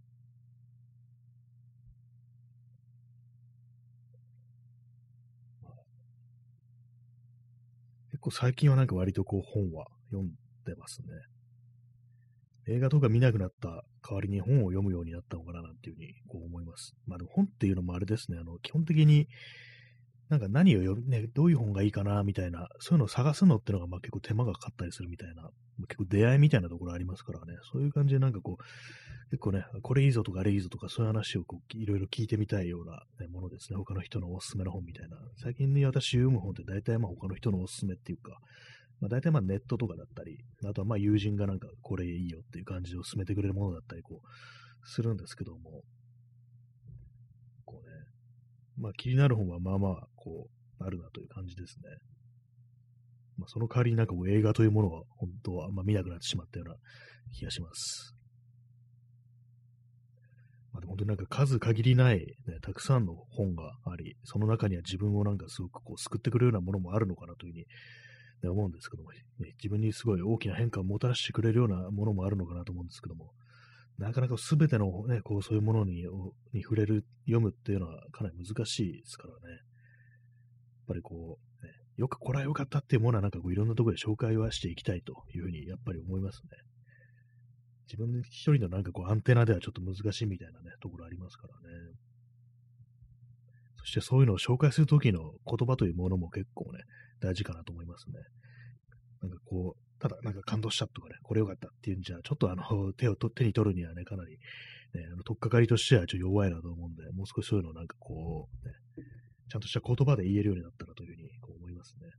結構最近はなんか割とこう本は読んでますね。映画とか見なくなった代わりに本を読むようになったのかななんていうふうにこう思います。まあでも本っていうのもあれですね、あの、基本的になんか何を読む、ね、どういう本がいいかなみたいな、そういうのを探すのってのがまあ結構手間がかかったりするみたいな、結構出会いみたいなところありますからね、そういう感じでなんかこう、結構ね、これいいぞとかあれいいぞとかそういう話をこういろいろ聞いてみたいような、ね、ものですね。他の人のおすすめの本みたいな。最近に私読む本って大体まあ他の人のおすすめっていうか、まあ、大体まあネットとかだったり、あとはまあ友人がなんかこれいいよっていう感じで勧めてくれるものだったりこうするんですけども、こうね、まあ気になる本はまあまあこうあるなという感じですね。まあ、その代わりになんかもう映画というものは本当はあんま見なくなってしまったような気がします。まあ、でも本当になんか数限りない、ね、たくさんの本があり、その中には自分をなんかすごくこう救ってくれるようなものもあるのかなというふうに、ね、思うんですけども、ね、自分にすごい大きな変化をもたらしてくれるようなものもあるのかなと思うんですけども、なかなかすべてのね、こうそういうものにに触れる、読むっていうのはかなり難しいですからね。やっぱりこう、ね、よくこれは良かったっていうものはなんかこういろんなところで紹介はしていきたいというふうにやっぱり思いますね。自分一人のなんかこうアンテナではちょっと難しいみたいなね、ところありますからね。そしてそういうのを紹介するときの言葉というものも結構ね、大事かなと思いますね。なんかこう、ただなんか感動したとかね、これ良かったっていうんじゃ、ちょっとあの、手をと手に取るにはね、かなり、ね、あの、取っかかりとしてはちょっと弱いなと思うんで、もう少しそういうのをなんかこう、ね、ちゃんとした言葉で言えるようになったらというふうにこう思いますね。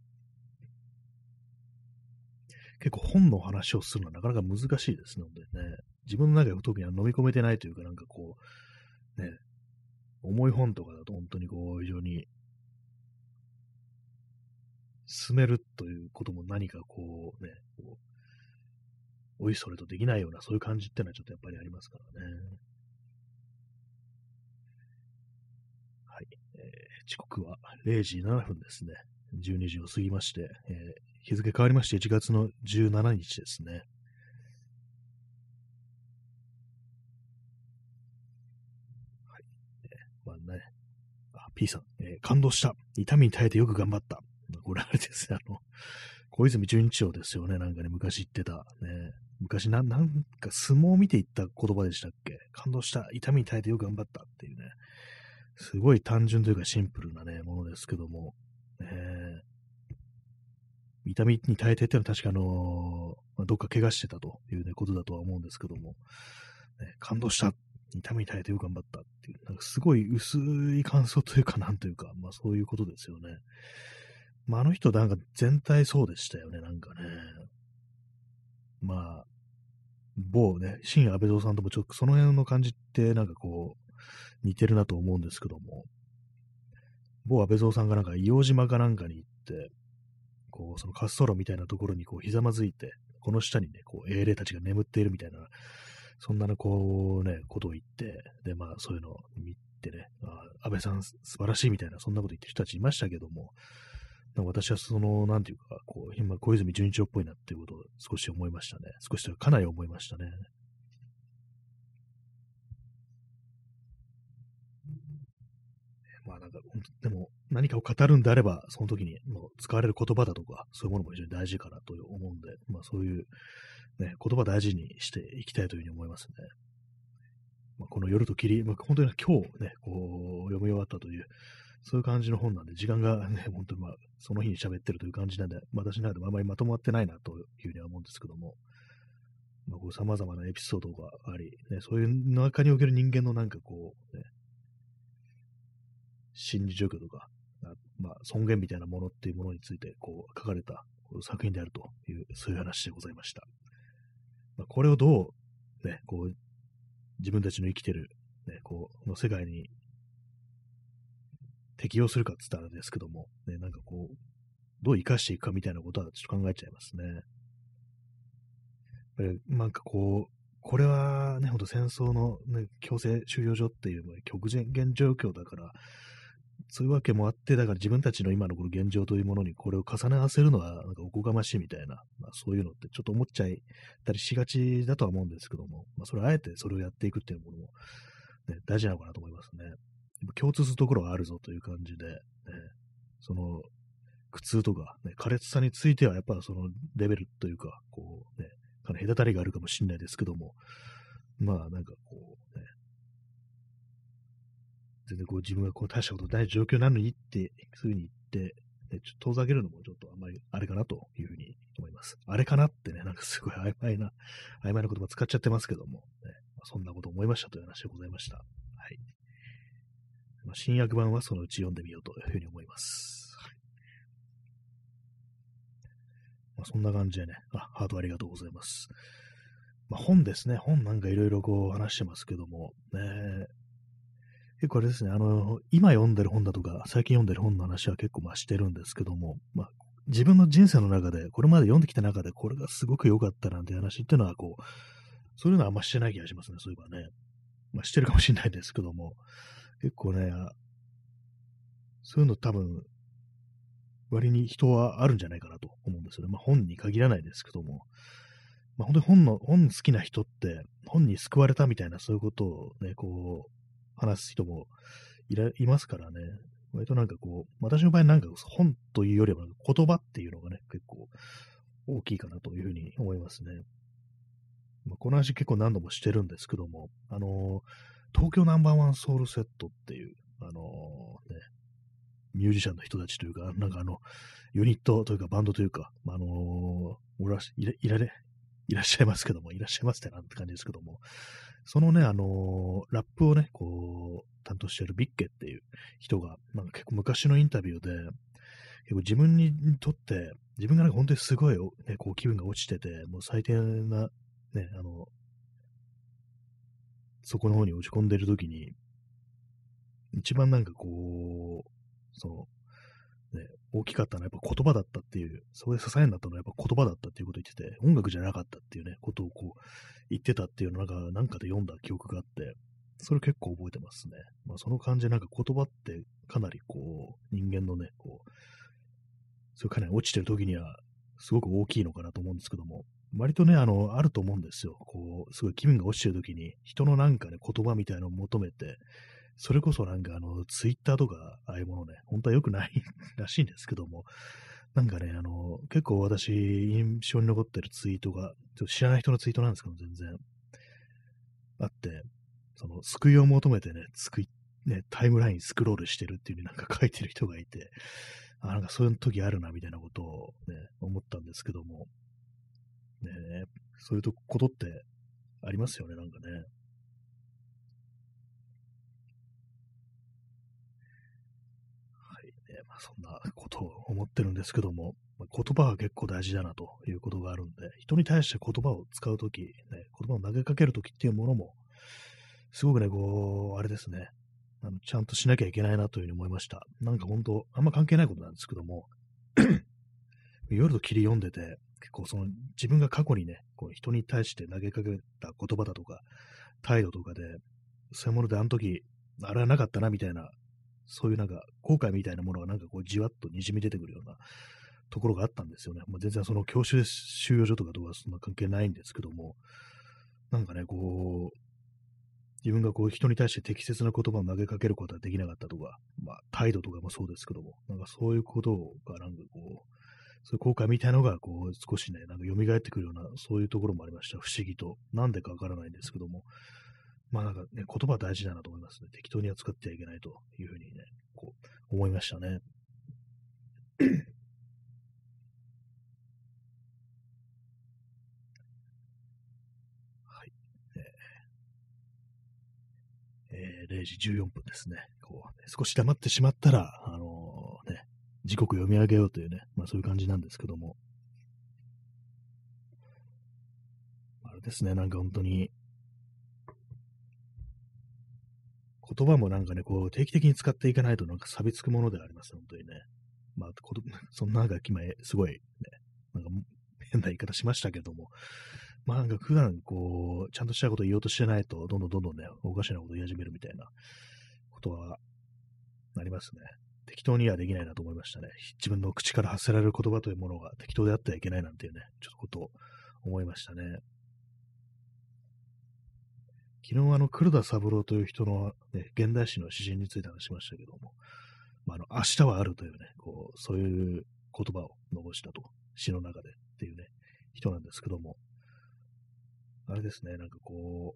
結構本の話をするのはなかなか難しいですね、本当にね。自分の中で特には飲み込めてないというか、なんかこう、ね、重い本とかだと本当にこう、非常に進めるということも何かこうね、こうおいそれとできないような、そういう感じってのはちょっとやっぱりありますからね。はい。えー時刻はれいじななふんですね。じゅうにじを過ぎまして、えー日付変わりましていちがつのじゅうしちにちですね。はい。えーまあね、あ、P さん、えー感動した。痛みに耐えてよく頑張った。これあれですね、あの、小泉純一郎ですよね、なんかね、昔言ってた。ね、昔な、なんか相撲を見て言った言葉でしたっけ？感動した。痛みに耐えてよく頑張ったっていうね。すごい単純というかシンプルなね、ものですけども、えー痛みに耐えてっていうのは確かあのーまあ、どっか怪我してたという、ね、ことだとは思うんですけども、ね、感動した。痛みに耐えてよく頑張ったっていう、なんかすごい薄い感想というか、なんというか、まあそういうことですよね。まああの人なんか全体そうでしたよね、なんかね。まあ、某ね、新安倍蔵さんともちょっとその辺の感じってなんかこう、似てるなと思うんですけども、某安倍蔵さんがなんか硫黄島かなんかに行って、こう、その滑走路みたいなところにこうひざまずいて、この下にね、こう英霊たちが眠っているみたいな、そんなのこうね、ことを言って、で、まあそういうのを見てね、あ安倍さん素晴らしいみたいな、そんなこと言ってる人たちいましたけども、なんか私はその、なんていうか、こう、今、小泉純一郎っぽいなっていうことを少し思いましたね。少しというか、かなり思いましたね。まあなんか、本当でも何かを語るんであれば、その時にもう使われる言葉だとか、そういうものも非常に大事かなと思うんで、まあそういう、ね、言葉大事にしていきたいというふうに思いますね。まあ、この夜と霧、まあ、本当に今日ね、こう、読み終わったという、そういう感じの本なんで、時間がね、本当にまあ、その日に喋ってるという感じなんで、私の中でもあまりまとまってないなというふうには思うんですけども、まあ、こう様々なエピソードがあり、ね、そういう中における人間のなんかこう、ね、心理状況とか、あまあ、尊厳みたいなものっていうものについてこう書かれたこう作品であるという、そういう話でございました。まあ、これをどう、ね、こう、自分たちの生きてる、ね、こう、の世界に適用するかって言ったらですけども、ね、なんかこう、どう生かしていくかみたいなことはちょっと考えちゃいますね。 ぱりなんかこう、これはね、ほんと戦争の、ね、強制収容所っていう極限状況だから、そういうわけもあって、だから自分たちの今のこの現状というものにこれを重ね合わせるのは、なんかおこがましいみたいな、まあ、そういうのってちょっと思っちゃいたりしがちだとは思うんですけども、まあ、それあえてそれをやっていくっていうものも、ね、大事なのかなと思いますね。共通するところはあるぞという感じで、ね、その苦痛とか、ね、苛烈さについてはやっぱそのレベルというか、こうね、かなり隔たりがあるかもしれないですけども、まあなんかこうね、全然こう自分がこう大したことない状況なのにって、そういうふうに言って、ね、ちょっと遠ざけるのもちょっとあんまりあれかなというふうに思います。あれかなってね、なんかすごい曖昧な、曖昧な言葉使っちゃってますけども、ね、まあ、そんなこと思いましたという話でございました。はい。まあ、新訳版はそのうち読んでみようというふうに思います。はい。まあ、そんな感じでね、あ、ハートありがとうございます。まあ、本ですね。本なんかいろいろこう話してますけども、ね、結構あれですね、あの、今読んでる本だとか、最近読んでる本の話は結構まあしてるんですけども、まあ、自分の人生の中で、これまで読んできた中で、これがすごく良かったなんて話っていうのは、こう、そういうのはあんましてない気がしますね、そういえばね。まあ、してるかもしれないですけども、結構ね、そういうの多分、割に人はあるんじゃないかなと思うんですよね。まあ、本に限らないですけども、まあ、本当に本の、本好きな人って、本に救われたみたいな、そういうことをね、こう、話す人もいら、いますからね。割となんかこう、私の場合なんか本というよりは言葉っていうのがね、結構大きいかなというふうに思いますね。まあ、この話結構何度もしてるんですけども、あのー東京ナンバーワンソウルセットっていう、あのーね、ミュージシャンの人たちというか、なんかあの、ユニットというかバンドというか、あのーおらしいらいられ、いらっしゃいますけども、いらっしゃいますってなんて感じですけども、そのね、あのーラップをね、こう、担当しているビッケっていう人が、なんか結構昔のインタビューで、結構自分にとって、自分がなんか本当にすごい、ね、こう気分が落ちてて、もう最低な、ね、あの、そこの方に落ち込んでる時に、一番なんかこう、その、ね、大きかったのはやっぱ言葉だったっていう、そこで支えになったのはやっぱ言葉だったっていうことを言ってて、音楽じゃなかったっていうね、ことをこう言ってたっていうのをなんか、なんかで読んだ記憶があって、それ結構覚えてますね。まあその感じでなんか言葉ってかなりこう、人間のね、こう、そういうかなり落ちてる時にはすごく大きいのかなと思うんですけども、割とね、あの、あると思うんですよ。こう、すごい気分が落ちてる時に、人のなんかね、言葉みたいなのを求めて、それこそなんかあの、ツイッターとか、ああいうものね、本当は良くないらしいんですけども、なんかね、あの、結構私、印象に残ってるツイートが、ちょっと知らない人のツイートなんですけど、全然、あって、その、救いを求めてね、救い、ね、タイムラインスクロールしてるっていう風になんか書いてる人がいて、あ、なんかそういう時あるな、みたいなことをね、思ったんですけども、ね、そういうことってありますよね、なんかね。はいね、まあ、そんなことを思ってるんですけども、まあ、言葉は結構大事だなということがあるんで、人に対して言葉を使うとき、ね、言葉を投げかけるときっていうものも、すごくね、こう、あれですね、あのちゃんとしなきゃいけないなというふうに思いました。なんか本当、あんま関係ないことなんですけども、夜と霧読んでて、結構その自分が過去にね、こう人に対して投げかけた言葉だとか、態度とかで、そういうものであの時、あれはなかったなみたいな、そういうなんか後悔みたいなものがなんかこうじわっと滲み出てくるようなところがあったんですよね。まあ、全然その教習収容所とかとはそんな関係ないんですけども、なんかね、こう、自分がこう人に対して適切な言葉を投げかけることはできなかったとか、まあ態度とかもそうですけども、なんかそういうことがなんかこう、そういう後悔みたいなのがこう少しね、なんか蘇ってくるような、そういうところもありました。不思議と。なんでかわからないんですけども、まあなんかね、言葉は大事だなと思いますね。適当に扱ってはいけないというふうにね、こう思いましたね。はい。えー、れいじじゅうよんぷんですね。こう、ね、少し黙ってしまったら、あのーね、時刻読み上げようというね、まあそういう感じなんですけども、あれですね、なんか本当に、言葉もなんかね、こう、定期的に使っていかないとなんか錆びつくものであります、本当にね。まあ、ことそんななんか今、すごい、ね、なんか変な言い方しましたけども、 まあなんか普段こう、ちゃんとしたことを言おうとしてないと、どんどんどんどんね、おかしなことを言い始めるみたいなことはありますね。適当にはできないなと思いましたね。自分の口から発せられる言葉というものが適当であってはいけないなんていうね、ちょっとことを思いましたね。昨日あの、黒田三郎という人の、ね、現代史の詩人について話しましたけども、まあ、あの、明日はあるというね、こう、そういう言葉を残したと、詩の中でっていうね、人なんですけども、あれですね、なんかこう、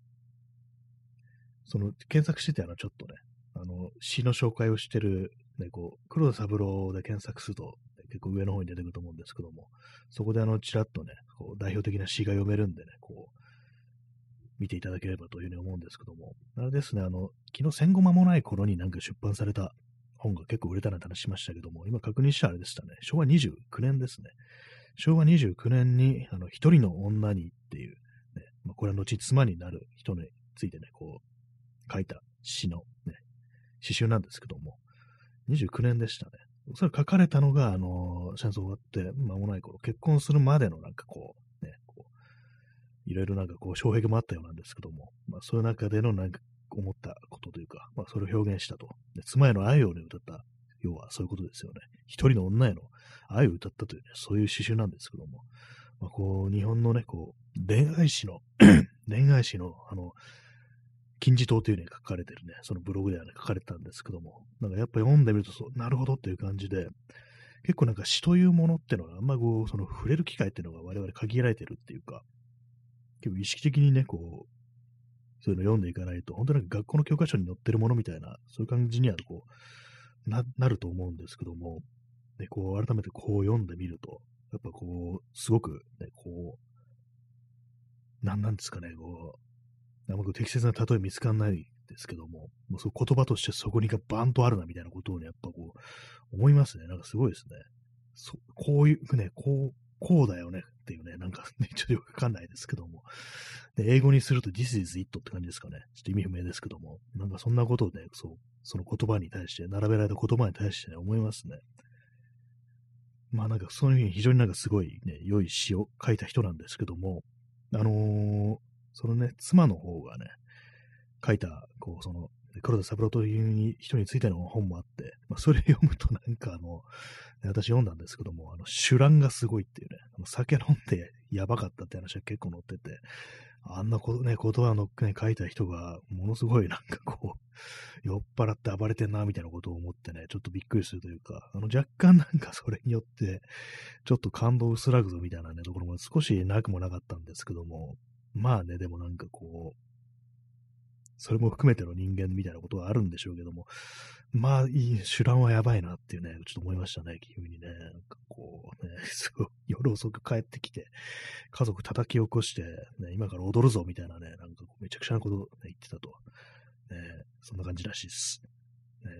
その、検索してて、あの、ちょっとね、あの、詩の紹介をしてる、ね、こう、黒田三郎で検索すると、結構上の方に出てくると思うんですけども、そこであの、ちらっとね、こう代表的な詩が読めるんでね、こう、見ていただければというふうに思うんですけども、あれですね、あの、昨日戦後間もない頃になんか出版された本が結構売れたなんて話しましたけども、今確認したらあれでしたね、しょうわにじゅうきゅうねんですね。しょうわにじゅうきゅうねんに、あの、一人の女にっていう、ね、まあ、これは後に妻になる人についてね、こう、書いた詩のね、詩集なんですけども、にじゅうきゅうねんでしたね。それ書かれたのが、あの、戦争終わって間もない頃、結婚するまでのなんかこう、ね、こう、いろいろなんかこう、障壁もあったようなんですけども、まあ、そういう中でのなんか思ったことというか、まあ、それを表現したと。で妻への愛をね、歌った、要はそういうことですよね。一人の女への愛を歌ったというね、そういう詩集なんですけども、まあ、こう、日本のね、こう、恋愛史の恋愛史の、あの、金字塔というね、書かれてるね、そのブログではね、書かれてたんですけども、なんかやっぱ読んでみるとそう、なるほどっていう感じで、結構なんか詩というものってのは、あんまこう、その触れる機会っていうのが我々限られてるっていうか、結構意識的にね、こう、そういうの読んでいかないと、本当になんか学校の教科書に載ってるものみたいな、そういう感じにはこう、な、なると思うんですけども、で、こう、改めてこう読んでみると、やっぱこう、すごくね、こう、なんなんですかね、こう、あんまこう適切な例え見つかんないですけども、もうそう言葉としてそこにがバンとあるなみたいなことをね、やっぱこう、思いますね。なんかすごいですね。そこういうね、こう、こうだよねっていうね、なんかね、ちょっとよくわかんないですけども。で、英語にすると This is it って感じですかね。ちょっと意味不明ですけども。なんかそんなことをね、そう、その言葉に対して、並べられた言葉に対してね、思いますね。まあなんかそういうふうに非常になんかすごいね、良い詩を書いた人なんですけども、あのーそのね、妻の方がね、書いた、こう、その、黒田三郎という人についての本もあって、まあ、それ読むとなんかあの、私読んだんですけども、あの、酒乱がすごいっていうね、あの酒飲んでやばかったって話が結構載ってて、あんなことね、言葉のね、書いた人が、ものすごいなんかこう、酔っ払って暴れてんな、みたいなことを思ってね、ちょっとびっくりするというか、あの、若干なんかそれによって、ちょっと感動薄らぐぞみたいなね、ところも少しなくもなかったんですけども、まあね、でもなんかこう、それも含めての人間みたいなことはあるんでしょうけども、まあ、いい、手段はやばいなっていうね、ちょっと思いましたね、急にね。なんかこうね、すごい夜遅く帰ってきて、家族叩き起こして、ね、今から踊るぞみたいなね、なんかこうめちゃくちゃなこと、ね、言ってたと。ね、そんな感じらしいです。ね、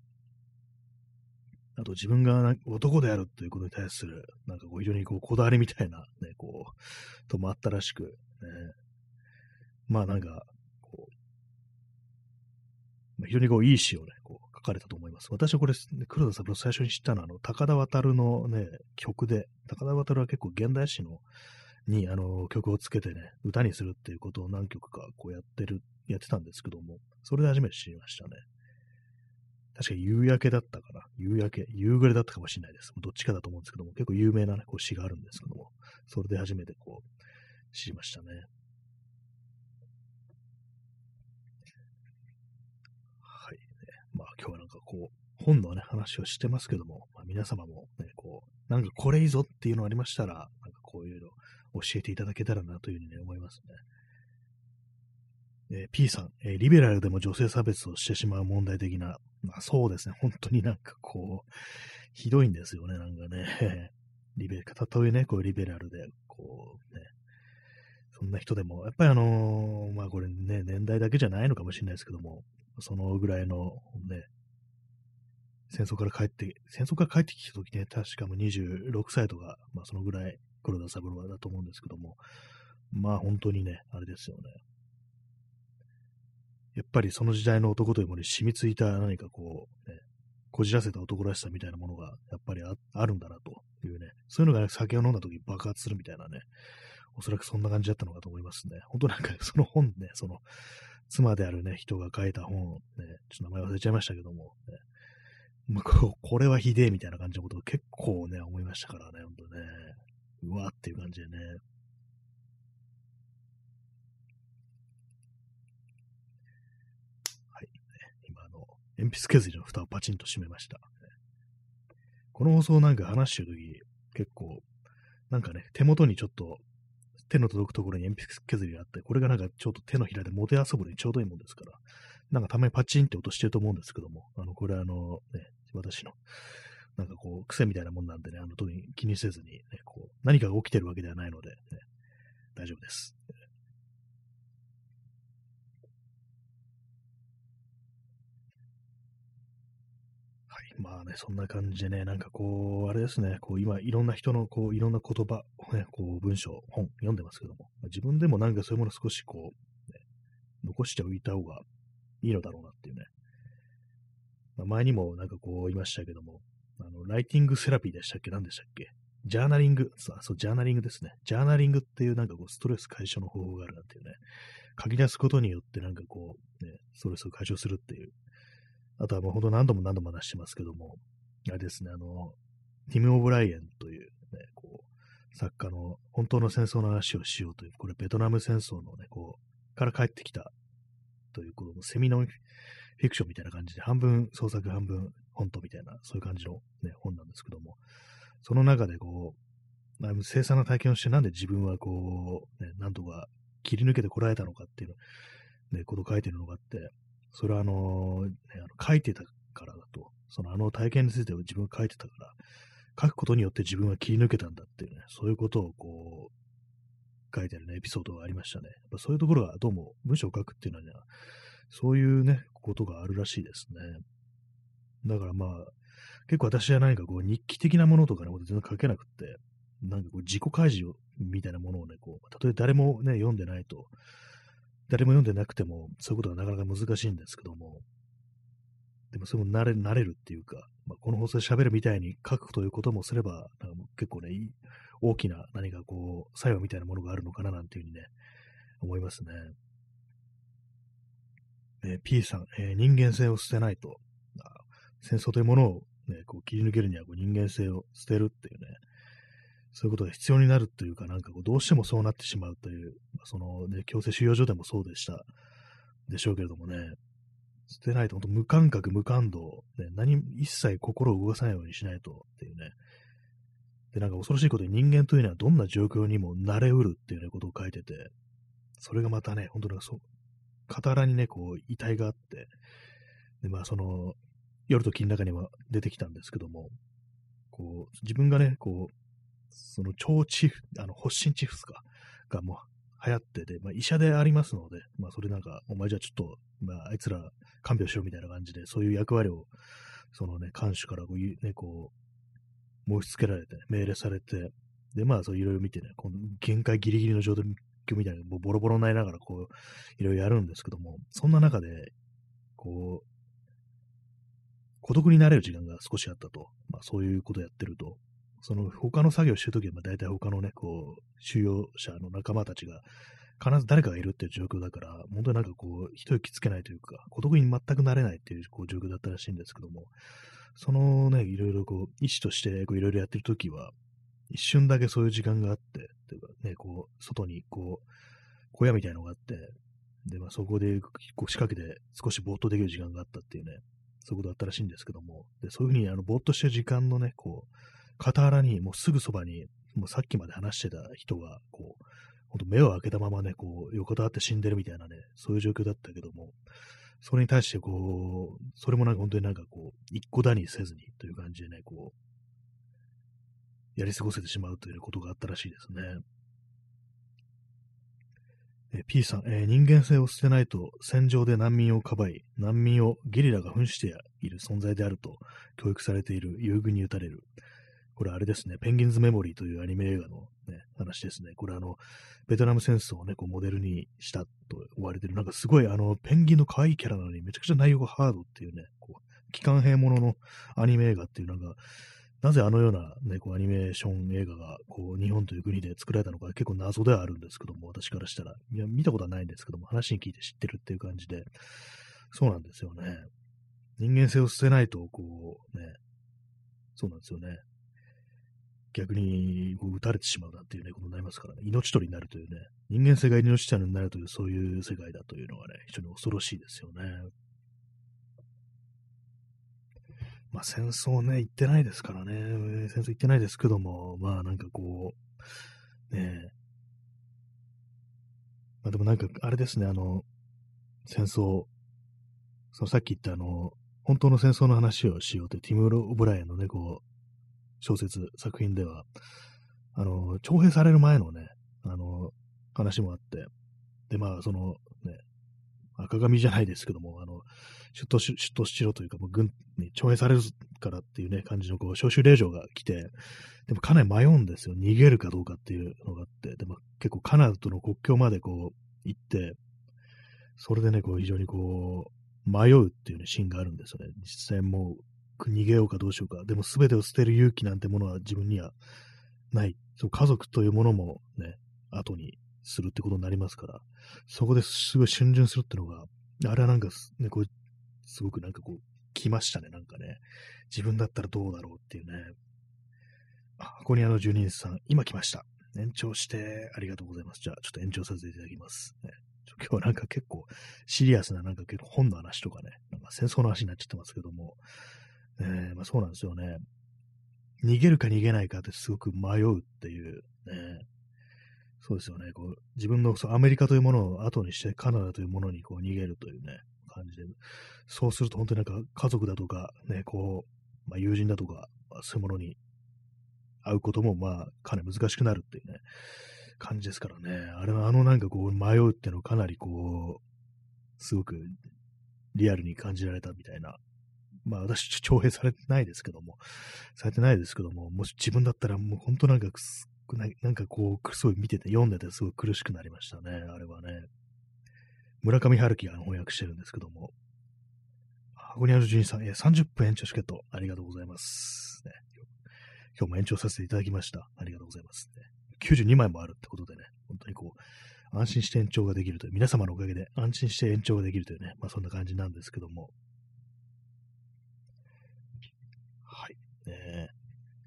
あと自分がな男であるということに対する、なんかこう非常にこうこだわりみたいな、ね、こう、ともあったらしく、ね、まあなんか、こう、非常にこういい詩をね、こう書かれたと思います。私はこれ、黒田三郎最初に知ったのは、あの、高田渡のね、曲で、高田渡は結構現代詩のにあの曲をつけてね、歌にするっていうことを何曲かこうやってる、やってたんですけども、それで初めて知りましたね。確か夕焼けだったかな。夕焼け、夕暮れだったかもしれないです。どっちかだと思うんですけども、結構有名な、ね、こう詩があるんですけども、それで初めてこう知りましたね。はい、ね。まあ今日はなんかこう、本のね、話をしてますけども、まあ、皆様もね、こう、なんかこれいいぞっていうのありましたら、なんかこういうの教えていただけたらなというふうにね、思いますね。えー、P さん、えーリベラルでも女性差別をしてしまう問題的な、まあそうですね、本当になんかこう、ひどいんですよね、なんかね。リベ、たとえね、こうリベラルで、こうね、そんな人でも、やっぱりあのーまあこれね、年代だけじゃないのかもしれないですけども、そのぐらいのね、戦争から帰って、戦争から帰ってきた時ね、確かもうにじゅうろくさいとか、まあそのぐらい、黒田三郎だと思うんですけども、まあ本当にね、あれですよね。やっぱりその時代の男というものに染みついた何かこう、ね、こじらせた男らしさみたいなものがやっぱり あ, あるんだなというね、そういうのが、ね、酒を飲んだ時に爆発するみたいなね、 おそらくそんな感じだったのかと思いますね。本当なんか、その本ね、その、妻であるね、人が書いた本、ね、ちょっと名前忘れちゃいましたけども、ね、まあ、ここれはひでえみたいな感じのことを結構ね、思いましたからね、本当ね。うわーっていう感じでね。はい。今、あの、鉛筆削りの蓋をパチンと閉めました。この放送なんか話してるとき、結構、なんかね、手元にちょっと、手の届くところに鉛筆削りがあって、これがなんかちょっと手のひらで持て遊ぶのにちょうどいいもんですから、なんかたまにパチンって音してると思うんですけども、あの、これあの、ね、私の、なんかこう、癖みたいなもんなんでね、あの、特に気にせずに、ね、こう、何かが起きてるわけではないので、ね、大丈夫です。はい。まあね、そんな感じでね、なんかこう、あれですね、こう、今、いろんな人の、こう、いろんな言葉をね、こう、文章、本、読んでますけども、自分でもなんかそういうものを少しこう、ね、残しておいた方がいいのだろうなっていうね。まあ、前にもなんかこう言いましたけども、あの、ライティングセラピーでしたっけ？何でしたっけ？ジャーナリング、そう、そうジャーナリングですね。ジャーナリングっていうなんかこう、ストレス解消の方法があるなんていうね。書き出すことによってなんかこう、ね、ストレスを解消するっていう。あとはもうほんと何度も何度も話してますけども、あれですね、あの、ティム・オブライエンというね、こう、作家の本当の戦争の話をしようという、これベトナム戦争のね、こう、から帰ってきたということのセミノンフィクションみたいな感じで、半分創作、半分本当みたいな、そういう感じの、ね、本なんですけども、その中でこう、まあ、凄惨な体験をしてなんで自分はこう、ね、なんとか切り抜けてこられたのかっていう、ね、ことを書いてるのがあって、それはあの、ね、あの書いてたからだと、そのあの体験については自分が書いてたから、書くことによって自分は切り抜けたんだっていうね、そういうことをこう、書いてあるね、エピソードがありましたね。やっぱそういうところがどうも文章を書くっていうのは、ね、そういうね、ことがあるらしいですね。だからまあ、結構私は何かこう日記的なものとかね、全然書けなくって、なんかこう自己開示をみたいなものをね、こう、たとえ誰もね、読んでないと、誰も読んでなくても、そういうことがなかなか難しいんですけども、でもそれも慣れ、慣れるっていうか、まあ、この放送で喋るみたいに書くということもすれば、なんかもう結構ね、いい大きな何かこう、作用みたいなものがあるのかななんていうふうにね、思いますね。えー P さん、えー人間性を捨てないと、あ戦争というものを、ね、こう切り抜けるにはこう人間性を捨てるっていうね、そういうことが必要になるというか、なんかこうどうしてもそうなってしまうという、まあ、そのね、強制収容所でもそうでしたでしょうけれどもね、捨てないと本当無感覚、無感動、ね、何、一切心を動かさないようにしないとっていうね。で、なんか恐ろしいことに人間というのはどんな状況にも慣れうるっていうね、ことを書いてて、それがまたね、本当なんかそう、傍らにね、こう、遺体があって、で、まあその、夜と金の中には出てきたんですけども、こう、自分がね、こう、その超チフ、あの、発疹チフスか、がもう流行ってて、まあ医者でありますので、まあそれなんか、お前じゃあちょっと、まああいつら看病しろみたいな感じで、そういう役割を、そのね、看守からこういうね、こう、申し付けられて、命令されて、で、まあそういろいろ見てね、この限界ギリギリの状態みたいな、もうボロボロになりながらこう、いろいろやるんですけども、そんな中で、こう、孤独になれる時間が少しあったと。まあそういうことをやってると。その他の作業をしてるときは、まあ大体他のね、こう、収容者の仲間たちが、必ず誰かがいるっていう状況だから、本当になんかこう、一息つけないというか、孤独に全くなれないっていうこう状況だったらしいんですけども、そのね、いろいろこう、医師としてこういろいろやってるときは、一瞬だけそういう時間があって、というかね、こう、外にこう、小屋みたいなのがあって、で、まあそこでこう仕掛けて少しぼーっとできる時間があったっていうね、そういうことだったらしいんですけども、で、そういうふうにあのぼーっとしてる時間のね、こう、傍らにもうすぐそばに、もうさっきまで話してた人が、こう、ほんと目を開けたままね、こう、横たわって死んでるみたいなね、そういう状況だったけども、それに対してこう、それもなんか本当になんかこう、一個だにせずにという感じでね、こう、やり過ごせてしまうということがあったらしいですね。え P さん、えー人間性を捨てないと戦場で難民をかばい、難民をゲリラが扮している存在であると教育されている優遇に打たれる。これあれですね、ペンギンズメモリーというアニメ映画の、ね、話ですね。これあの、ベトナム戦争をね、こうモデルにしたと言われてる、なんかすごいあの、ペンギンの可愛いキャラなのにめちゃくちゃ内容がハードっていうね、こう、機関兵もののアニメ映画っていうなんか、 なぜあのような、ね、こうアニメーション映画がこう日本という国で作られたのか結構謎ではあるんですけども、私からしたら。いや、見たことはないんですけども、話に聞いて知ってるっていう感じで、そうなんですよね。人間性を捨てないと、こうね、そうなんですよね。逆にこう撃たれてしまうなんていうね、ことになりますからね。命取りになるというね、人間性が命取りになるという、そういう世界だというのがね、非常に恐ろしいですよね。まあ戦争ね、行ってないですからね。戦争行ってないですけども、まあなんかこう、ね、まあでもなんかあれですね、あの、戦争、そのさっき言ったあの、本当の戦争の話をしようというティム・オブライエンのね、こう、小説、作品では、あの、徴兵される前のね、あの、話もあって、で、まあ、その、ね、赤髪じゃないですけども、あの、出頭し、出頭しろというか、もう軍に徴兵されるからっていうね、感じの、こう、招集令状が来て、でもかなり迷うんですよ。逃げるかどうかっていうのがあって、でも結構カナダとの国境までこう、行って、それでね、こう、非常にこう、迷うっていうね、シーンがあるんですよね。実際もう、逃げようかどうしようか。でも全てを捨てる勇気なんてものは自分にはない。そう家族というものもね、後にするってことになりますから、そこですごい逡巡するっていうのが、あれはなんかす、ね、こう、すごくなんかこう、来ましたね、なんかね。自分だったらどうだろうっていうね。あ、箱庭の住人さん、今来ました。延長してありがとうございます。じゃあ、ちょっと延長させていただきます。ね、今日はなんか結構シリアスななんか結構本の話とかね、なんか戦争の話になっちゃってますけども、えー、まあそうなんですよね。逃げるか逃げないかってすごく迷うっていう、ね、そうですよね。こう自分のそうアメリカというものを後にしてカナダというものにこう逃げるというね、感じで、そうすると本当になんか家族だとか、ね、こう、まあ、友人だとか、そういうものに会うこともまあかなり難しくなるっていうね、感じですからね。あれはあのなんかこう迷うっていうのはかなりこう、すごくリアルに感じられたみたいな。まあ私、徴兵されてないですけども、されてないですけども、もし自分だったらもう本当なんかすななんかこう、すごい見てて、読んでてすごい苦しくなりましたね、あれはね。村上春樹が翻訳してるんですけども、箱庭のじゅうにさん、えさんじゅっぷん延長チケット、ありがとうございます、ね。今日も延長させていただきました。ありがとうございます、ね。きゅうじゅうにまいもあるってことでね、本当にこう、安心して延長ができるという、皆様のおかげで安心して延長ができるというね、まあそんな感じなんですけども、はい。えー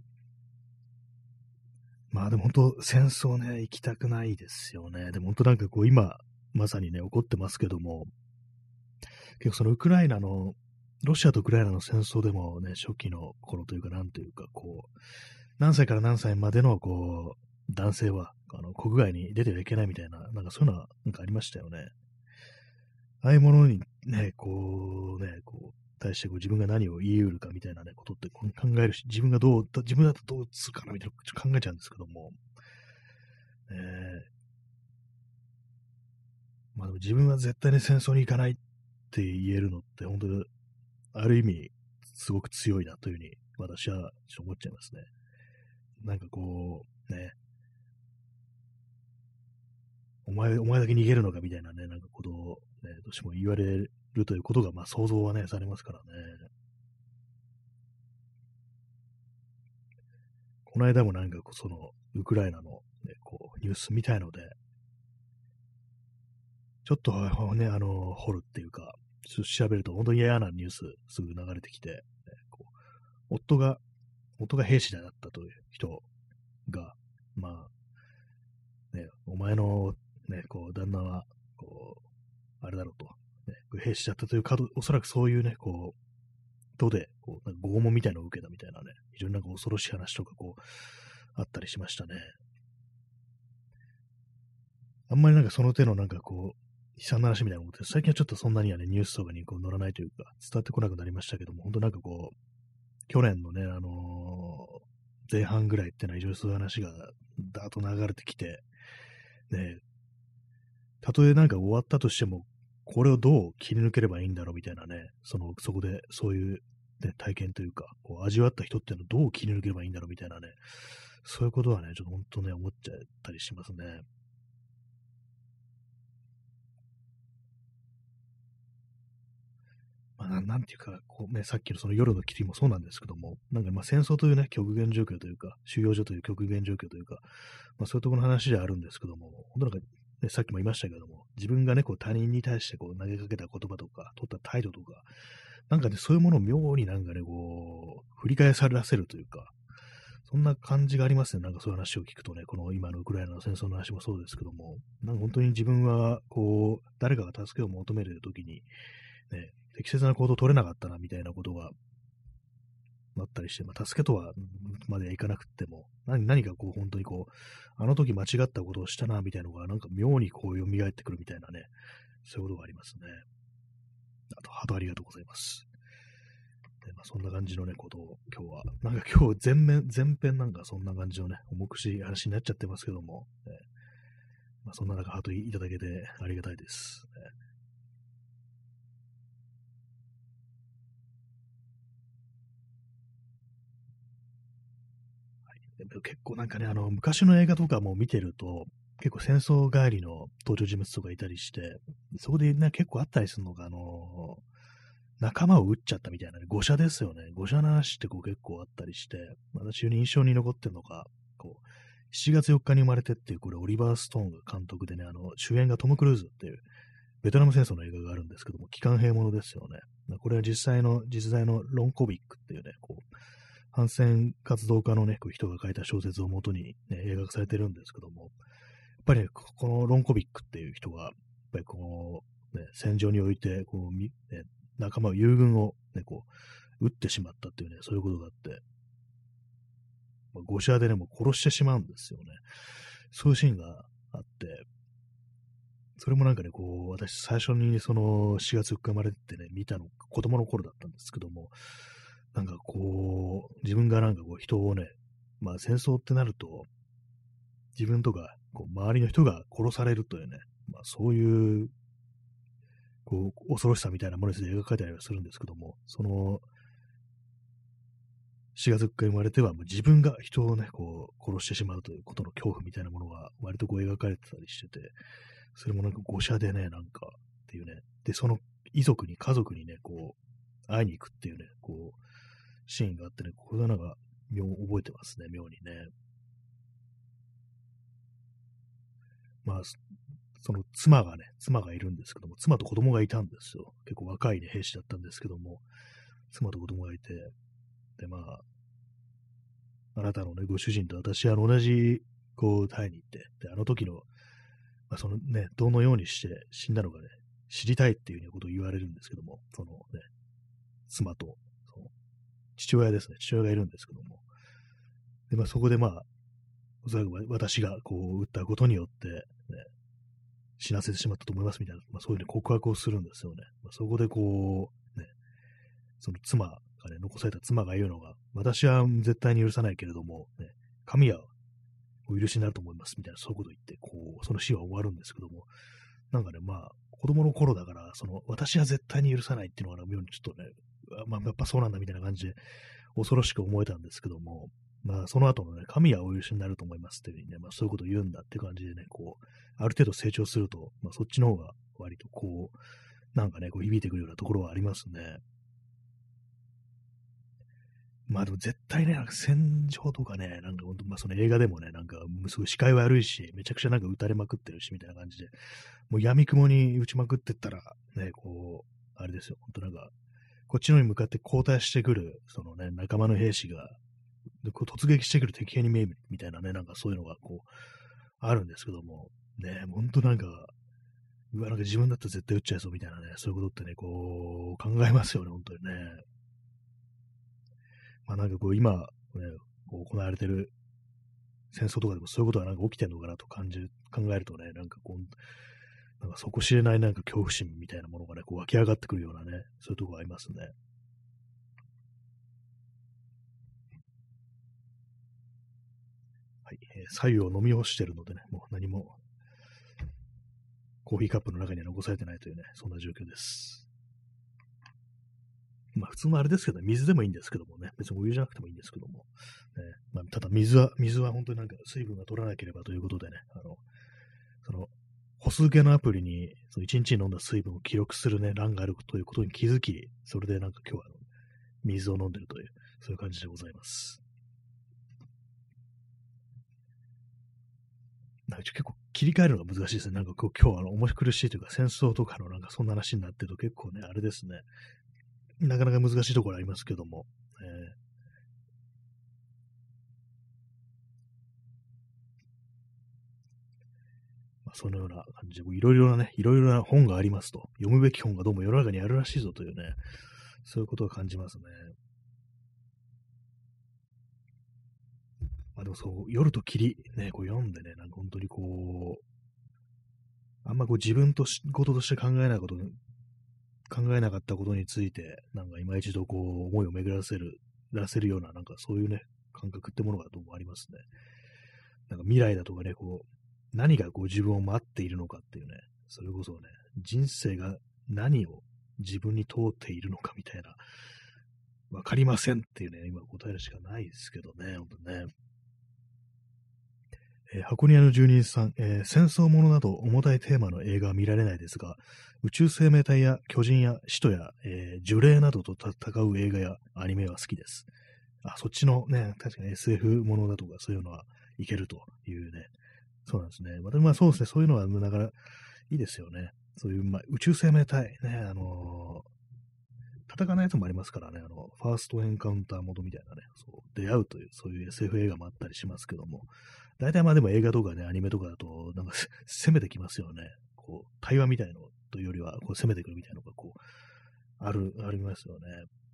まあでも本当、戦争ね、行きたくないですよね。でも本当なんかこう今、まさにね、起こってますけども、結構そのウクライナの、ロシアとウクライナの戦争でもね、初期の頃というか、なんというか、こう、何歳から何歳までの、こう、男性は、あの、国外に出てはいけないみたいな、なんかそういうのは、なんかありましたよね。ああいうものにね、こうね、こう、対してこう自分が何を言い得るかみたいなね、ことってこう考えるし、自分がどう、自分だとどうするかなみたいな、ちょっと考えちゃうんですけども、えーまあでも自分は絶対に戦争に行かないって言えるのって、本当に、ある意味、すごく強いなというふうに、私はちょっと思っちゃいますね。なんかこう、ね、お前、お前だけ逃げるのかみたいなね、なんかことを、ね、どうしても言われるということが、まあ想像はね、されますからね。この間もなんかこう、その、ウクライナの、ね、こう、ニュースみたいので、ちょっとね、あの、掘るっていうか、ちょっと調べると本当に嫌なニュースすぐ流れてきて、ね、こう夫が、夫が兵士だったという人が、まあ、ね、お前の、ね、こう、旦那は、こう、あれだろうと、ね、兵士だったというか、おそらくそういうね、こう、とで、こう、なんか拷問みたいなのを受けたみたいなね、非常になんか恐ろしい話とか、こう、あったりしましたね。あんまりなんかその手のなんかこう、悲惨な話みたいなことで、最近はちょっとそんなにはね、ニュースとかにこう載らないというか、伝わってこなくなりましたけども、本当なんかこう、去年のね、あのー前半ぐらいってのは非常にそういう話がだーっと流れてきて、ね、たとえなんか終わったとしても、これをどう切り抜ければいいんだろうみたいなね、その、そこでそういう、ね、体験というか、こう味わった人っていうのをどう切り抜ければいいんだろうみたいなね、そういうことはね、ちょっと本当ね、思っちゃったりしますね。 まあ、ななんていうか、こうね、さっきのその夜の霧もそうなんですけども、なんかまあ戦争というね、極限状況というか、収容所という極限状況というか、まあそういうところの話ではあるんですけども、本当なんか、ね、さっきも言いましたけども、自分がね、こう他人に対してこう投げかけた言葉とか、取った態度とか、なんかね、そういうものを妙になんかね、こう、振り返されらせるというか、そんな感じがありますね。なんかそういう話を聞くとね、この今のウクライナの戦争の話もそうですけども、なんか本当に自分は、こう、誰かが助けを求めるときに、ね、適切な行動を取れなかったな、みたいなことがあったりして、まあ、助けとはまではいかなくっても、何何かこう、本当にこう、あの時間違ったことをしたな、みたいなのが、なんか妙にこう、蘇ってくるみたいなね、そういうことがありますね。あと、ハートありがとうございます。でまあ、そんな感じのね、ことを今日は、なんか今日全面、全編なんかそんな感じのね、重苦しい話になっちゃってますけども、ねまあ、そんな中ハートいただけてありがたいです。ねでも結構なんかね、あの、昔の映画とかも見てると、結構戦争帰りの登場人物とかいたりして、そこでね、結構あったりするのが、あの仲間を撃っちゃったみたいなね、誤射ですよね。誤射の話ってこう結構あったりして、私に印象に残ってるのが、こう、しちがつよっかに生まれてっていう、これオリバー・ストーンが監督でね、あの、主演がトム・クルーズっていう、ベトナム戦争の映画があるんですけども、機関兵ものですよね。これは実際の、実在のロン・コビックっていうね、こう、反戦活動家のね、こう人が書いた小説をもとに、ね、映画化されてるんですけども、やっぱりね、このロンコビックっていう人が、やっぱりこの、ね、戦場において、こう、みね、仲間を、友軍をね、こう、撃ってしまったっていうね、そういうことがあって、まあ、誤射でね、もう殺してしまうんですよね。そういうシーンがあって、それもなんかね、こう、私最初にそのしがつよっか生まれてね、見たの、子供の頃だったんですけども、なんかこう、自分がなんかこう人をね、まあ戦争ってなると、自分とか、こう周りの人が殺されるというね、まあそういう、こう、恐ろしさみたいなもので描かれたりはするんですけども、その、しがつよっか生まれては、もう自分が人をね、こう、殺してしまうということの恐怖みたいなものが割とこう描かれてたりしてて、それもなんか誤射でね、なんかっていうね、で、その遺族に、家族にね、こう、会いに行くっていうね、こう、シーンがあってね、これがなんか、妙、覚えてますね、妙にね。まあ、その妻がね、妻がいるんですけども、妻と子供がいたんですよ。結構若いね、兵士だったんですけども、妻と子供がいて、で、まあ、あなたのね、ご主人と私、あの、同じ、こう、タイに行って、で、あの時の、まあ、そのね、どのようにして死んだのかね、知りたいっていうようなことを言われるんですけども、そのね、妻と、その父親ですね、父親がいるんですけども、で、まあ、そこでまあ、おそらく私がこう、撃ったことによって、ね、死なせてしまったと思いますみたいな、まあ、そういうね、告白をするんですよね。まあ、そこでこう、ね、その妻がね、残された妻が言うのが、私は絶対に許さないけれども、ね、神はお許しになると思いますみたいな、そういうことを言って、こう、その詩は終わるんですけども、なんかね、まあ、子供の頃だから、その、私は絶対に許さないっていうのが、妙にちょっとね、まあ、やっぱそうなんだみたいな感じで、恐ろしく思えたんですけども、まあ、その後のね、神はお許しになると思いますっていうふうにね、まあ、そういうことを言うんだっていう感じでね、こう、ある程度成長すると、まあ、そっちの方が割とこう、なんかね、こう響いてくるようなところはありますね。まあでも絶対ね、なんか戦場とかね、なんか本当、まあその映画でもね、なんかすごい視界悪いし、めちゃくちゃなんか撃たれまくってるし、みたいな感じで、もう闇雲に撃ちまくってったら、ね、こう、あれですよ、本当なんか、こっちの方に向かって交代してくる、そのね、仲間の兵士が、こう突撃してくる敵兵に見えるみたいなね、なんかそういうのがこう、あるんですけども、ね、ほんとなんか、うわ、なんか自分だったら絶対撃っちゃいそうみたいなね、そういうことってね、こう、考えますよね、本当にね。まあなんかこう、今、ね、こう行われてる戦争とかでもそういうことがなんか起きてるのかなと感じる、考えるとね、なんかこう、なんか底知れないなんか恐怖心みたいなものがね、こう湧き上がってくるようなね、そういうところがありますね。はい。えー、左右を飲み干してるのでね、もう何もコーヒーカップの中には残されてないというね、そんな状況です。まあ普通のあれですけど、ね、水でもいいんですけどもね、別にお湯じゃなくてもいいんですけども、ね、まあ、ただ水は、水は本当になんか水分が取らなければということでね、あの、その、 歩数計のアプリに、そのいちにちに飲んだ水分を記録するね、欄があるということに気づき、それでなんか今日はあの水を飲んでるという、そういう感じでございます。なんか結構切り替えるのが難しいですね。なんかこう今日はあの重苦しいというか戦争とかのなんかそんな話になってると結構ね、あれですね。なかなか難しいところありますけども。えーまあ、そのような感じで、いろいろなね、いろいろな本がありますと。読むべき本がどうも世の中にあるらしいぞというね、そういうことを感じますね。まあでもそう、夜と霧ね、こう読んでね、なんか本当にこう、あんまこう自分としこととして考えないこと、考えなかったことについて、なんか今一度こう思いを巡らせる、らせるような、なんかそういうね、感覚ってものがどうもありますね。なんか未来だとかね、こう、何がこう自分を待っているのかっていうね、それこそね、人生が何を自分に通っているのかみたいな、わかりませんっていうね、今答えるしかないですけどね、本当ね。えー箱庭の住人さん、えー戦争ものなど重たいテーマの映画は見られないですが、宇宙生命体や巨人や使徒や、えー呪霊などと戦う映画やアニメは好きです。あ、そっちのね、確かに エスエフ ものだとかそういうのはいけるというね。そうなんですね。また、まあそうですね、そういうのは、なかなかいいですよね。そういう、まあ、宇宙生命体、ね、あのー戦わないやつもありますからね、あの、ファーストエンカウンターものみたいなね、そう、出会うという、そういう エスエフ 映画もあったりしますけども、大体まあでも映画とかね、アニメとかだと、なんか攻めてきますよね。こう、対話みたいのというよりは、こう攻めてくるみたいなのが、こう、ある、ありますよね。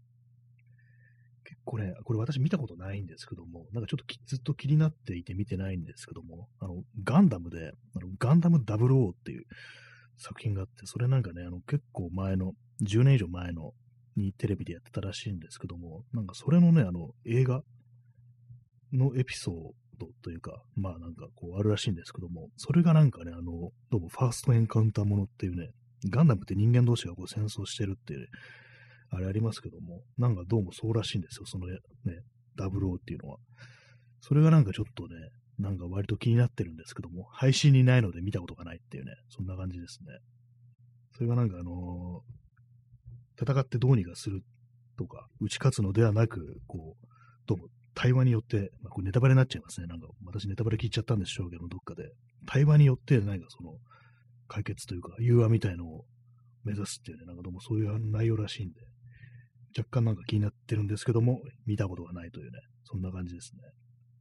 結構ね、これ私見たことないんですけども、なんかちょっときずっと気になっていて見てないんですけども、あの、ガンダムで、あのガンダムダブルオーっていう作品があって、それなんかね、あの、結構前の、じゅうねん以上前の、にテレビでやってたらしいんですけども、なんかそれのね、あの、映画のエピソードというか、まあなんかこうあるらしいんですけども、それがなんかね、あの、どうもファーストエンカウンターものっていうね、ガンダムって人間同士がこう戦争してるっていう、ね、あれありますけども、なんかどうもそうらしいんですよ、そのね、ダブルオーっていうのは。それがなんかちょっとね、なんか割と気になってるんですけども、配信にないので見たことがないっていうね、そんな感じですね。それがなんかあのー戦ってどうにかするとか、打ち勝つのではなく、こう、どうも対話によって、まあ、これネタバレになっちゃいますね。なんか私ネタバレ聞いちゃったんでしょうけど、どっかで。対話によって、何かその、解決というか、融和みたいのを目指すっていうね、なんかどうもそういう内容らしいんで、若干なんか気になってるんですけども、見たことがないというね、そんな感じですね。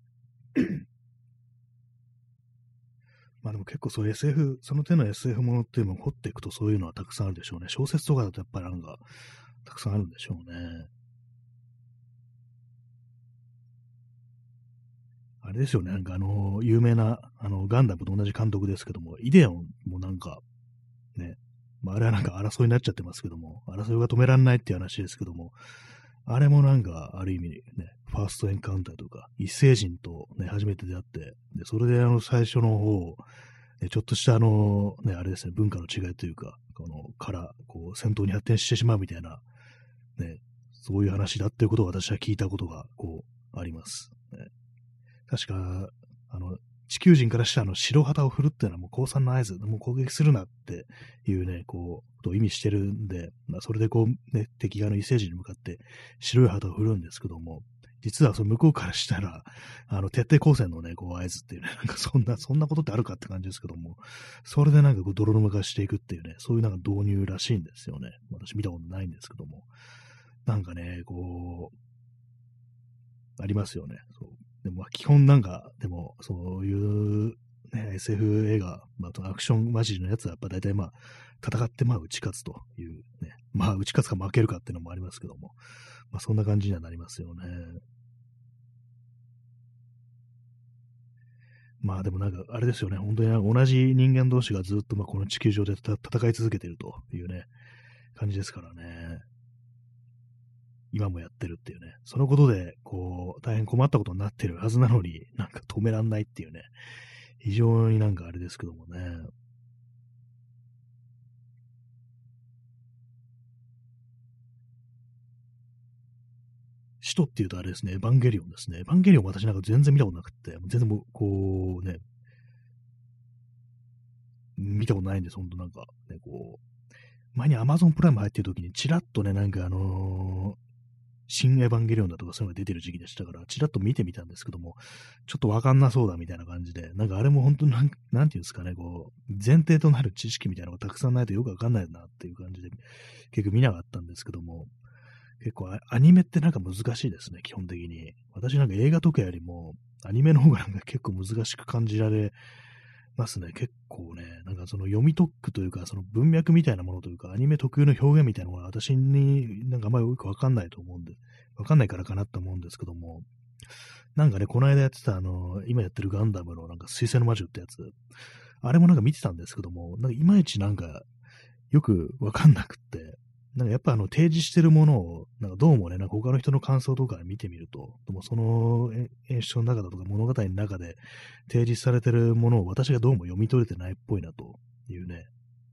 まあでも結構そういう エスエフ、その手の エスエフ ものっていうのを掘っていくとそういうのはたくさんあるでしょうね。小説とかだとやっぱりなんか、たくさんあるんでしょうね。あれですよね、なんかあの、有名な、あの、ガンダムと同じ監督ですけども、イデオンもなんか、ね、まあ、あれはなんか争いになっちゃってますけども、争いが止められないっていう話ですけども、あれもなんか、ある意味ね、ファーストエンカウンターとか、異星人とね、初めて出会って、で、それであの、最初の方、ね、ちょっとしたあの、ね、あれですね、文化の違いというか、この、から、こう、戦闘に発展してしまうみたいな、ね、そういう話だっていうことを私は聞いたことが、こう、あります。ね、確か、あの、地球人からしたら、あの、白旗を振るっていうのはもう降参の合図、もう攻撃するなっていうね、こう、ことを意味してるんで、まあ、それでこう、ね、敵側の異星人に向かって白い旗を振るんですけども、実はその向こうからしたら、あの、徹底抗戦のね、こう、合図っていうね、なんかそんな、そんなことってあるかって感じですけども、それでなんかこう、泥沼化していくっていうね、そういうなんか導入らしいんですよね。私見たことないんですけども、なんかね、こう、ありますよね。そう。でも、まあ基本なんか、でも、そういう、ね、エスエフ 映画、まあ、アクションマジのやつはやっぱ大体まあ、戦ってまあ、打ち勝つというね、まあ、打ち勝つか負けるかっていうのもありますけども、まあ、そんな感じにはなりますよね。まあ、でもなんか、あれですよね、本当に同じ人間同士がずっとまあこの地球上でた戦い続けているというね、感じですからね。今もやってるっていうね。そのことで、こう、大変困ったことになってるはずなのに、なんか止めらんないっていうね。非常になんかあれですけどもね。使徒っていうとあれですね、エヴァンゲリオンですね。エヴァンゲリオン私なんか全然見たことなくって、全然もう、こうね、 見たことないんです、ほんとなんか、ね、こう、前に Amazon プライム入ってる時にチラッとね、なんかあのー新エヴァンゲリオンだとかそういうのが出てる時期でしたから、ちらっと見てみたんですけども、ちょっとわかんなそうだみたいな感じで、なんかあれも本当になん、なんていうんですかね、こう、前提となる知識みたいなのがたくさんないとよくわかんないなっていう感じで、結局見なかったんですけども、結構アアニメってなんか難しいですね、基本的に。私なんか映画とかよりも、アニメの方がなんか結構難しく感じられますね。結構ね、なんかその読み解くというか、その文脈みたいなものというか、アニメ特有の表現みたいなものは私になんかあんまりよくわかんないと思うんで、わかんないからかなと思うんですけども、なんかね、この間やってたあの、今やってるガンダムのなんか水星の魔女ってやつ、あれもなんか見てたんですけども、なんかいまいちなんかよくわかんなくって、なんかやっぱあの提示してるものを、なんかどうもね、なんか他の人の感想とか見てみると、でもそのえ演出の中だとか物語の中で提示されてるものを私がどうも読み取れてないっぽいなというね、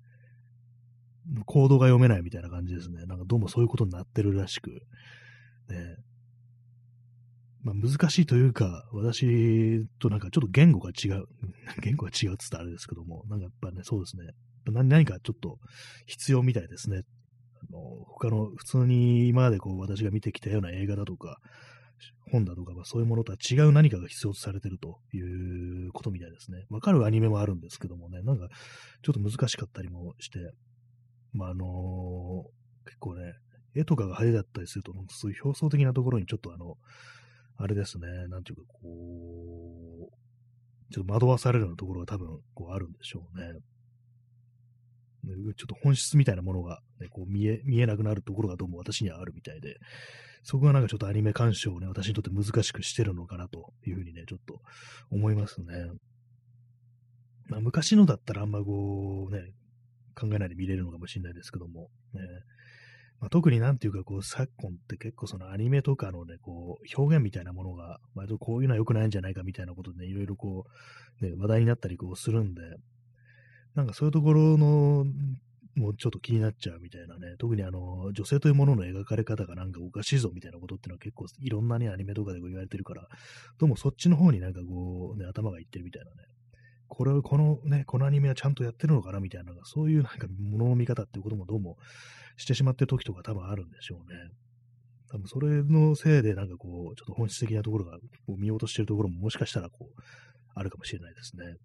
コードが読めないみたいな感じですね。なんかどうもそういうことになってるらしく、ね、まあ難しいというか、私となんかちょっと言語が違う、言語が違うって言ったらあれですけども、なんかやっぱね、そうですね、何何かちょっと必要みたいですね。あの他の普通に今までこう私が見てきたような映画だとか、本だとか、まあ、そういうものとは違う何かが必要とされてるということみたいですね。わかるアニメもあるんですけどもね、なんかちょっと難しかったりもして、まあ、あのー結構ね、絵とかが派手だったりすると、そういう表層的なところにちょっとあの、あれですね、なんていうかこう、ちょっと惑わされるようなところが多分こうあるんでしょうね。ちょっと本質みたいなものが、ね、こう見え、見えなくなるところがどうも私にはあるみたいで、そこがなんかちょっとアニメ鑑賞をね、私にとって難しくしてるのかなというふうにね、ちょっと思いますね。まあ、昔のだったらあんまこうね、考えないで見れるのかもしれないですけども、ね、まあ、特になんていうかこう昨今って結構そのアニメとかのね、こう表現みたいなものが、割とこういうのは良くないんじゃないかみたいなことでね、いろいろこう、ね、話題になったりこうするんで、なんかそういうところの、もうちょっと気になっちゃうみたいなね、特にあの、女性というものの描かれ方がなんかおかしいぞみたいなことっていうのは結構いろんなね、アニメとかで言われてるから、どうもそっちの方になんかこう、ね、頭がいってるみたいなね、これを、このね、このアニメはちゃんとやってるのかなみたいな、そういうなんか物の見方っていうこともどうもしてしまってる時とか多分あるんでしょうね。多分それのせいでなんかこう、ちょっと本質的なところがこう見落としてるところももしかしたらこう、あるかもしれないですね。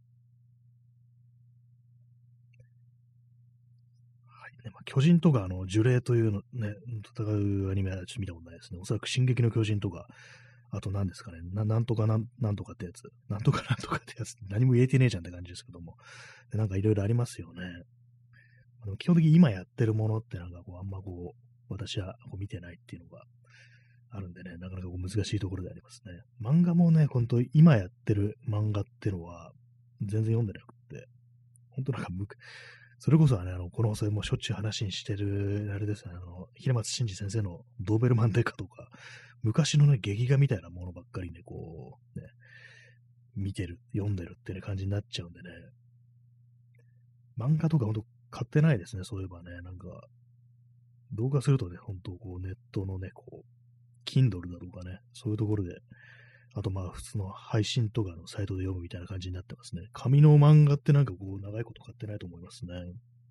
ね、まあ、巨人とか、あの、呪霊というのね、戦うアニメはちょっと見たことないですね。おそらく進撃の巨人とか、あと何ですかね、ななんとかなんなんとかってやつ、なんとかなんとかってやつ、何も言えてねえじゃんって感じですけども、でなんかいろいろありますよね。でも基本的に今やってるものってなんかこう、あんまこう、私はこう見てないっていうのがあるんでね、なかなかこう難しいところでありますね。漫画もね、本当今やってる漫画ってのは全然読んでなくって、本当なんかむそれこそね、あの、この放送でもしょっちゅう話にしてる、あれですね、あの、平松真二先生のドーベルマンデカとか、昔のね、劇画みたいなものばっかりね、こう、ね、見てる、読んでるっていう感じになっちゃうんでね、漫画とかほんと買ってないですね、そういえばね、なんか、動画するとね、ほんとこう、ネットのね、こう、Kindle だとかね、そういうところで、あとまあ、普通の配信とかのサイトで読むみたいな感じになってますね。紙の漫画ってなんかこう、長いこと買ってないと思いますね。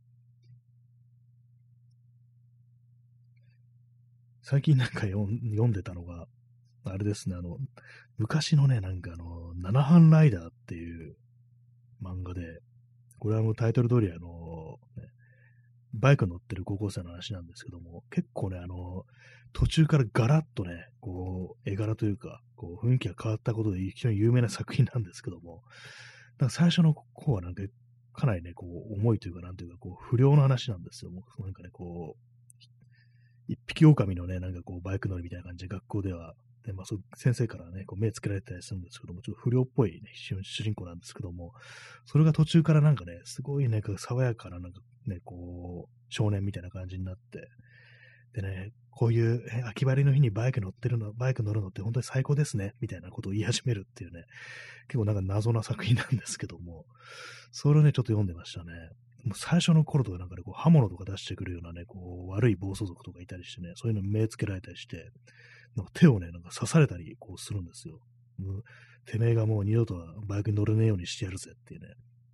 最近なんか読ん読んでたのが、あれですね、あの、昔のね、なんかあの、七班ライダーっていう漫画で、これはあのタイトル通りあの、ね、バイク乗ってる高校生の話なんですけども、結構ね、あの、途中からガラッとね、こう、絵柄というか、こう、雰囲気が変わったことで非常に有名な作品なんですけども、なんか最初の方はなんか、かなりね、こう、重いというか、なんというか、こう、不良の話なんですよ。もうなんかね、こう、一匹狼のね、なんかこう、バイク乗りみたいな感じで学校では、で、まあ、そう先生からね、こう目つけられたりするんですけども、ちょっと不良っぽい、ね、主主人公なんですけども、それが途中からなんかね、すごいね、爽やかな、なんかね、こう、少年みたいな感じになって、でね、こういうえ秋晴れの日にバイク乗ってるの、バイク乗るのって本当に最高ですね、みたいなことを言い始めるっていうね、結構なんか謎な作品なんですけども、それをね、ちょっと読んでましたね。もう最初の頃とかなんかね、こう刃物とか出してくるようなね、こう悪い暴走族とかいたりしてね、そういうのに目つけられたりして、なんか手をね、なんか刺されたりこうするんですよ。もうてめえがもう二度とはバイクに乗れねえようにしてやるぜっていうね。で、こういう、え秋葉原の日にバイク乗ってるの、バイク乗るのって本当に最高ですね、みたいなことを言い始めるっていうね。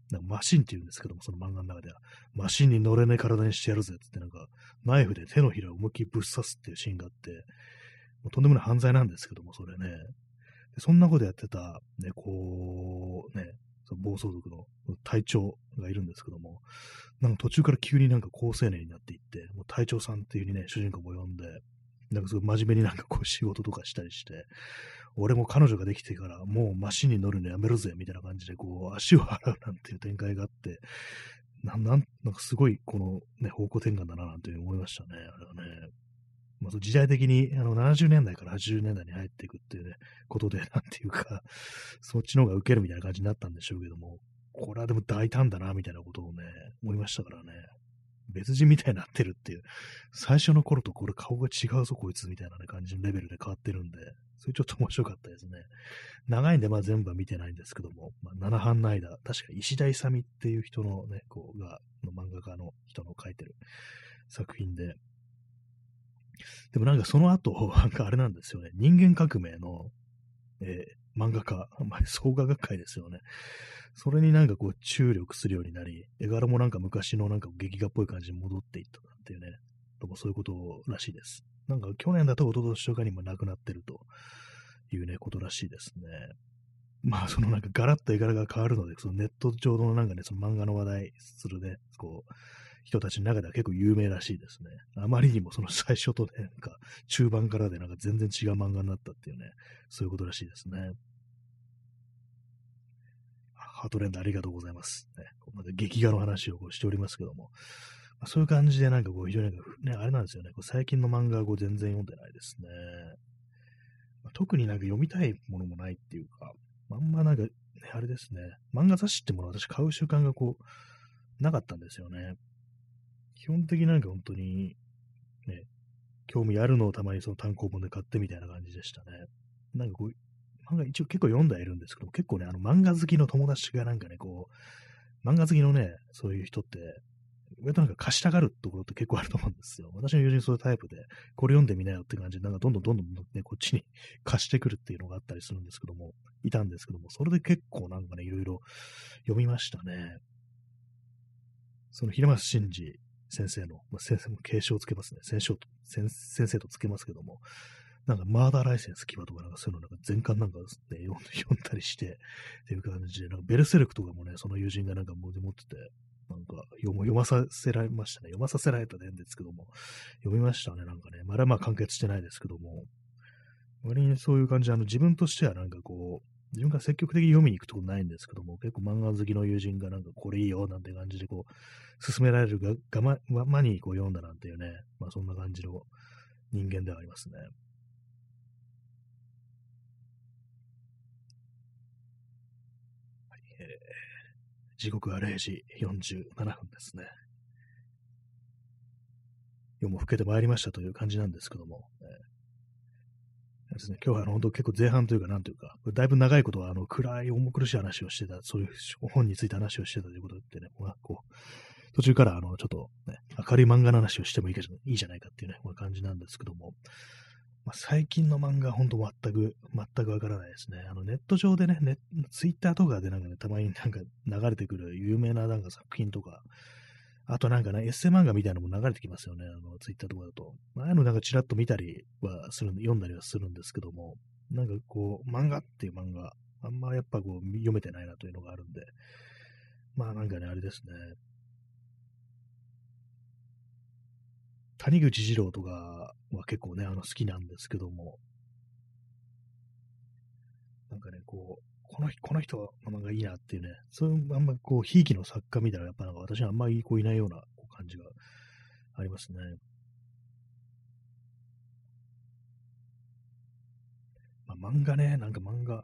なんかマシンって言うんですけども、その漫画の中では、マシンに乗れない体にしてやるぜってってなんか、ナイフで手のひらを思いっきりぶっ刺すっていうシーンがあって、もうとんでもない犯罪なんですけども、それね。でそんなことやってた、ね、こう、ね、その暴走族の隊長がいるんですけども、なんか途中から急になんか高青年になっていって、もう隊長さんっていう風にね、主人公も呼んで、なんかすごい真面目になんかこう仕事とかしたりして、俺も彼女ができてからもうマシンに乗るのやめるぜ、みたいな感じでこう足を洗うなんていう展開があって、なん、なん、なんかすごいこのね、方向転換だななんていうふうに思いましたね、あれはね。まあ、その時代的にあのななじゅうねんだいからはちじゅうねんだいに入っていくっていうね、ことで、なんていうか、そっちの方が受けるみたいな感じになったんでしょうけども、これはでも大胆だな、みたいなことをね、思いましたからね。別人みたいになってるっていう、最初の頃とこれ顔が違うぞ、こいつみたいな、ね、感じのレベルで変わってるんで、それちょっと面白かったですね。長いんで、まあ全部は見てないんですけども、まあ、ななはんの間、確か石田勇っていう人のね、こう、が、の漫画家の人の書いてる作品で、でもなんかその後、なんかあれなんですよね、人間革命の、えー漫画家、まあ、創画学会ですよね。それになんかこう注力するようになり、絵柄もなんか昔のなんか劇画っぽい感じに戻っていったっていうね、ともそういうことらしいです。なんか去年だと一昨年とかにも亡くなってるというね、ことらしいですね。まあそのなんかガラッと絵柄が変わるので、そのネット上のなんかね、その漫画の話題するね、こう、人たちの中では結構有名らしいですね。あまりにもその最初とね、なんか中盤からでなんか全然違う漫画になったっていうね、そういうことらしいですね。ハートレンドありがとうございます。ね、まだ劇画の話をこうしておりますけども、まあ、そういう感じでなんかこう非常になんかね、あれなんですよね、こう最近の漫画はこう全然読んでないですね。まあ、特になんか読みたいものもないっていうか、あんまなんか、ね、あれですね、漫画雑誌ってものを私買う習慣がこう、なかったんですよね。基本的になんか本当に、ね、興味あるのをたまにその単行本で買ってみたいな感じでしたね。なんかこう、漫画一応結構読んではいるんですけど、結構ね、あの漫画好きの友達がなんかね、こう、漫画好きのね、そういう人って、割となんか貸したがるところって結構あると思うんですよ。私の友人そういうタイプで、これ読んでみなよって感じで、なんかどんどんどんどんね、こっちに貸してくるっていうのがあったりするんですけども、いたんですけども、それで結構なんかね、いろいろ読みましたね。その平松真二先生の、まあ、先生も継承をつけますね。先生と先先生とつけますけども、なんかマーダーライセンス牙とかなんかそういうのなんか全巻なんか、ね、読ん読んだりして、っていう感じで、なんかベルセルクとかもね、その友人がなんか持ってて、なんか読読まさせられましたね。読まさせられたんですけども、読みましたね、なんかね。まだまあ完結してないですけども、割にそういう感じで、あの自分としてはなんかこう、自分が積極的に読みに行くとこないんですけども、結構漫画好きの友人がなんかこれいいよなんて感じでこう、勧められるががまままにこう読んだなんていうね、まあそんな感じの人間ではありますね。えー時刻はれいじよんじゅうななふんですね。夜も更けてまいりましたという感じなんですけども、えーですね、今日はあの本当結構前半というか、なんというか、だいぶ長いことはあの暗い重苦しい話をしてた、そういう本について話をしてたということでね、まあ、こう途中からあのちょっと、ね、明るい漫画の話をしてもいいかじゃいいじゃないかっていうね、こういう感じなんですけども、まあ、最近の漫画、ほんと全く、全くわからないですね。あのネット上でね、ネツイッターとかでなんかね、たまになんか流れてくる有名ななんか作品とか、あとなんかね、エッセイ漫画みたいなのも流れてきますよね。あの、ツイッターとかだと。ああいうのなんかちらっと見たりはするんで、読んだりはするんですけども、なんかこう、漫画っていう漫画、あんまやっぱこう、読めてないなというのがあるんで、まあなんかね、あれですね。谷口二郎とかは結構ね、あの好きなんですけども、なんかね、こう、この人、この人の漫画いいなっていうね、そういう、あんまこう、ひいきの作家みたいな、やっぱなんか私はあんまりこういないようなこう感じがありますね。まあ、漫画ね、なんか漫画、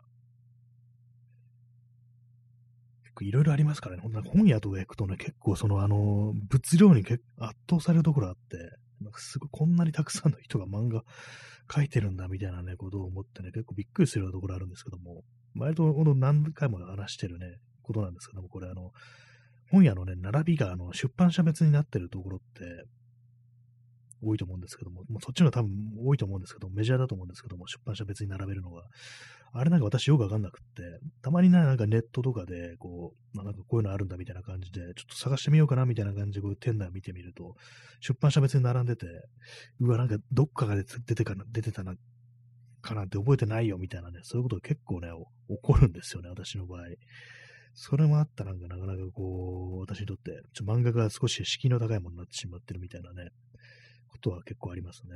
結構いろいろありますからね、ほんと本屋とか行くとね、結構そのあの、物量に結構圧倒されるところあって、なんかすごいこんなにたくさんの人が漫画描いてるんだみたいなね、ことを思ってね、結構びっくりするようなところあるんですけども、割とこの何回も話してるね、ことなんですけども、これあの、本屋のね、並びがあの出版社別になってるところって、 多いと思うんですけども、もうそっちの方が多分多いと思うんですけど、メジャーだと思うんですけども、出版社別に並べるのが。あれなんか私よくわかんなくって、たまにね、なんかネットとかで、こう、まあ、なんかこういうのあるんだみたいな感じで、ちょっと探してみようかなみたいな感じで、こう店内を見てみると、出版社別に並んでて、うわ、なんかどっかが出て出てかな、出てたな、かなんて覚えてないよみたいなね、そういうことが結構ね、起こるんですよね、私の場合。それもあったなんかなかなかこう、私にとって、ちょ漫画が少し敷居の高いものになってしまってるみたいなね、ことは結構ありますね。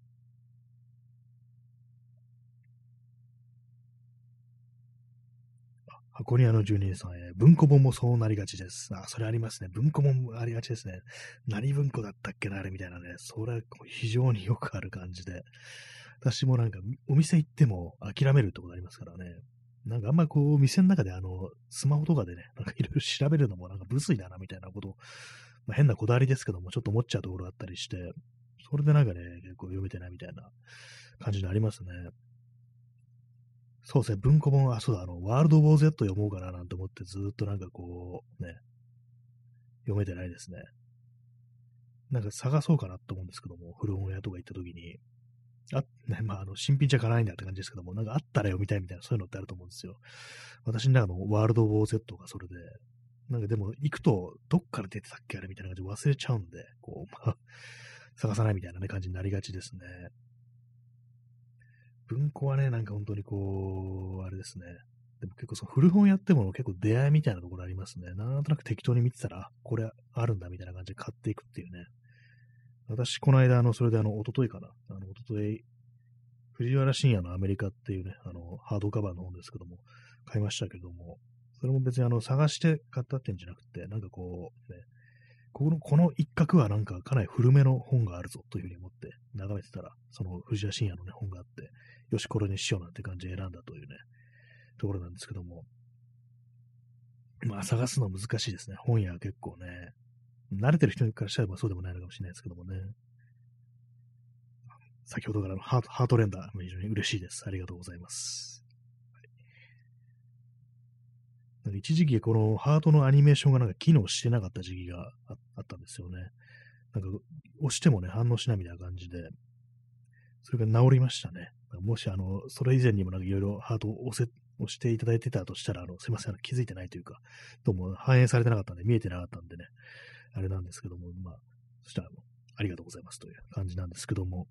箱庭の住人さんへ、文庫本もそうなりがちです。あ、それありますね。文庫本もありがちですね。何文庫だったっけな、あれみたいなね。それは非常によくある感じで。私もなんか、お店行っても諦めるってことありますからね。なんかあんまこう、店の中であの、スマホとかでね、なんかいろいろ調べるのもなんか無粋だな、みたいなこと、まあ、変なこだわりですけども、ちょっと思っちゃうところがあったりして、それでなんかね、結構読めてないみたいな感じになりますね。そうですね、文庫本は、そうだ、あの、ワールド・ウォー・ゼット読もうかななんて思ってずーっとなんかこう、ね、読めてないですね。なんか探そうかなと思うんですけども、古本屋とか行った時に、あ、ね、まあ、あの、新品じゃ買わないんだって感じですけども、なんかあったら読みたいみたいな、そういうのってあると思うんですよ。私の中のワールド・ウォー・ゼットがそれで、なんかでも行くと、どっから出てたっけあれみたいな感じで忘れちゃうんで、こう、まあ、探さないみたいなね、感じになりがちですね。文庫はね、なんか本当にこう、あれですね。でも結構その古本やっても結構出会いみたいなところありますね。なんとなく適当に見てたら、あこれあるんだみたいな感じで買っていくっていうね。私、この間、あの、それであの、一昨日かな。あの、一昨日、藤原信也のアメリカっていうね、あの、ハードカバーの本ですけども、買いましたけども、それも別にあの、探して買ったってんじゃなくて、なんかこう、ね、この、この一角はなんかかなり古めの本があるぞというふうに思って眺めてたら、その藤原信也のね、本があって、よし、これにしようなんて感じで選んだというね、ところなんですけども、まあ探すの難しいですね。本屋は結構ね、慣れてる人からしたらそうでもないのかもしれないですけどもね。先ほどからのハート、ハートレンダー、非常に嬉しいです。ありがとうございます。なんか一時期、このハートのアニメーションがなんか機能してなかった時期がああったんですよね。なんか押してもね、反応しないみたいな感じで、それが治りましたね。もし、あの、それ以前にもなんかいろいろハートを押せ、押していただいてたとしたら、あの、すいません、あの気づいてないというか、どうも反映されてなかったんで、見えてなかったんでね、あれなんですけども、まあ、そしたら、あの、ありがとうございますという感じなんですけども、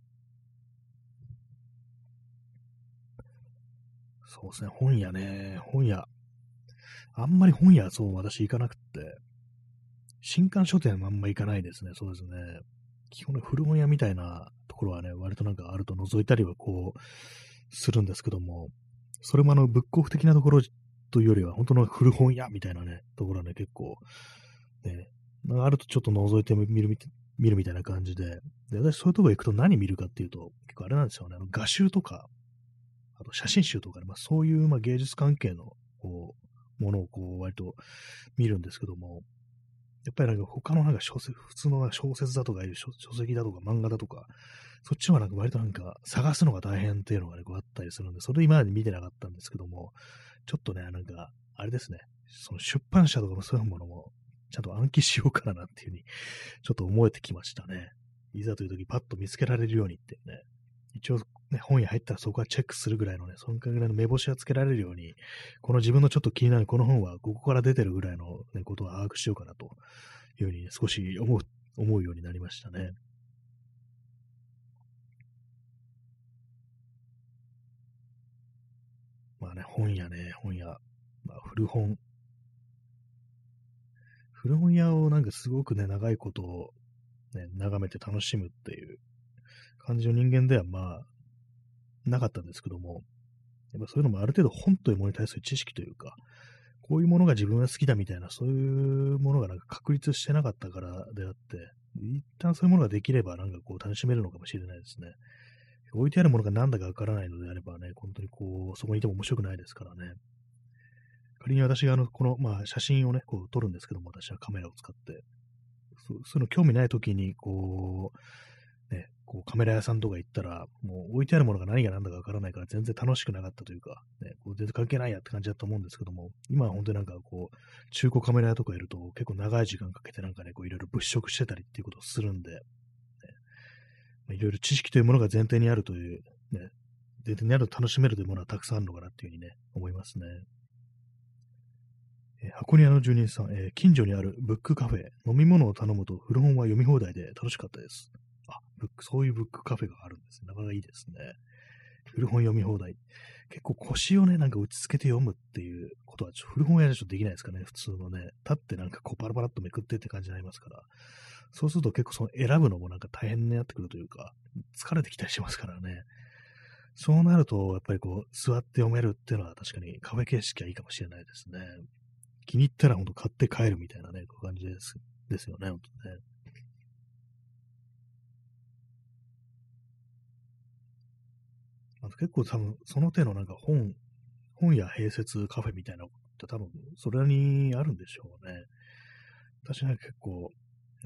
そうですね、本屋ね、本屋、あんまり本屋、そう、私行かなくって、新刊書店はあんま行かないですね、そうですね。基本ね、古本屋みたいなところはね、割となんかあると覗いたりはこう、するんですけども、それもあの、ブックオフ的なところというよりは、本当の古本屋みたいなね、ところはね、結構、ね、なんかあるとちょっと覗いてみるみ見るみたいな感じで、で、私そういうとこ行くと何見るかっていうと、結構あれなんですよね、あの画集とか、あと写真集とかね、まあ、そういうまあ芸術関係のこうものをこう割と見るんですけども、やっぱりなんか他のなんか小説、普通のなんか小説だとかいう書書籍だとか漫画だとか、そっちはなんか割となんか探すのが大変っていうのがね、こうあったりするんで、それ今まで見てなかったんですけども、ちょっとね、なんか、あれですね、その出版社とかのそういうものも、ちゃんと暗記しようかなっていうふうに、ちょっと思えてきましたね。いざという時パッと見つけられるようにってね、一応ね、本屋入ったらそこはチェックするぐらいのね、そのぐらいの目星はつけられるように、この自分のちょっと気になるこの本はここから出てるぐらいの、ね、ことを把握しようかなというふうに、ね、少し思う、思うようになりましたね。まあね、本屋ね、本屋。まあ、古本。古本屋をなんかすごくね、長いことをね、眺めて楽しむっていう感じの人間ではまあ、なかったんですけども、やっぱそういうのもある程度本というものに対する知識というか、こういうものが自分が好きだみたいな、そういうものがなんか確立してなかったからであって、一旦そういうものができればなんかこう楽しめるのかもしれないですね。置いてあるものが何だかわからないのであればね、本当にこう、そこにいても面白くないですからね。仮に私があの、この、まあ、写真をね、こう撮るんですけども、私はカメラを使って、そうそういうの興味ない時に、こう、ね、こうカメラ屋さんとか行ったら、もう置いてあるものが何が何だかわからないから全然楽しくなかったというか、ね、こう全然関係ないやって感じだと思うんですけども、今は本当になんかこう、中古カメラ屋とかいると結構長い時間かけてなんかね、こういろいろ物色してたりっていうことをするんで、ね、 いろいろ知識というものが前提にあるという、ね、前提にあると楽しめるというものはたくさんあるのかなっていうふうにね、思いますね。えー箱庭の住人さん、えー近所にあるブックカフェ、飲み物を頼むと古本は読み放題で楽しかったです。あ、ブック、そういうブックカフェがあるんですね。なかなかいいですね。古本読み放題。結構腰をね、なんか打ちつけて読むっていうことは、ちょ古本屋でちょっとできないですかね、普通のね。立ってなんかこうパラパラっとめくってって感じになりますから。そうすると結構その選ぶのもなんか大変になってくるというか、疲れてきたりしますからね。そうなると、やっぱりこう、座って読めるっていうのは確かにカフェ形式はいいかもしれないですね。気に入ったら本当買って帰るみたいなね、こういう感じです。ですよね、本当ね。あと結構多分、その手のなんか本、本屋併設カフェみたいなのって多分、それにあるんでしょうね。私なんか結構、ね、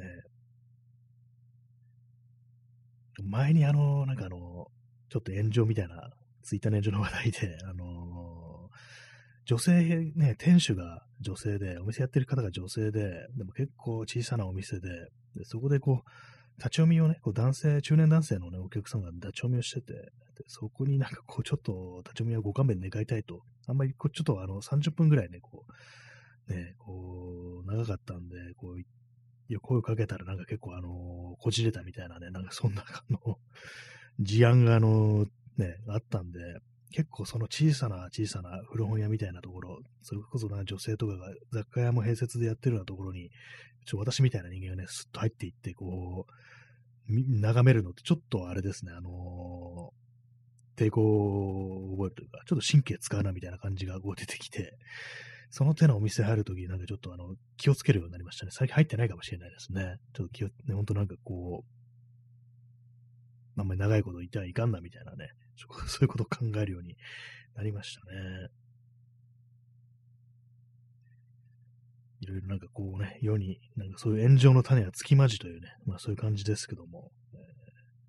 前にあの、なんかあの、ちょっと炎上みたいな、ツイッターの炎上の話題で、あの女性ね、店主が女性で、お店やってる方が女性で、でも結構小さなお店で、でそこでこう、立ち読みをね、こう男性、中年男性のね、お客さんが立ち読みをしてて、でそこになんかこう、ちょっと立ち読みはご勘弁願いたいと、あんまりこう、ちょっとあの、さんじゅっぷんぐらいね、こう、ね、こう、長かったんで、こう、いや声をかけたらなんか結構あのこじれたみたいなね、なんかそんなあの、事案があのね、あったんで、結構その小さな小さな古本屋みたいなところ、それこそな女性とかが雑貨屋も併設でやってるようなところに、ちょ私みたいな人間がね、スッと入っていって、こう、み眺めるのってちょっとあれですね、あの抵抗を覚えるというか、ちょっと神経使うなみたいな感じがこう出てきて、その手のお店入るとき、なんかちょっとあの、気をつけるようになりましたね。最近入ってないかもしれないですね。ちょっと気を、ね、ほんとなんかこう、あんまり長いこといてはいかんなみたいなね、そういうことを考えるようになりましたね。いろいろなんかこうね、世に、なんかそういう炎上の種はつきまじというね、まあそういう感じですけども、えー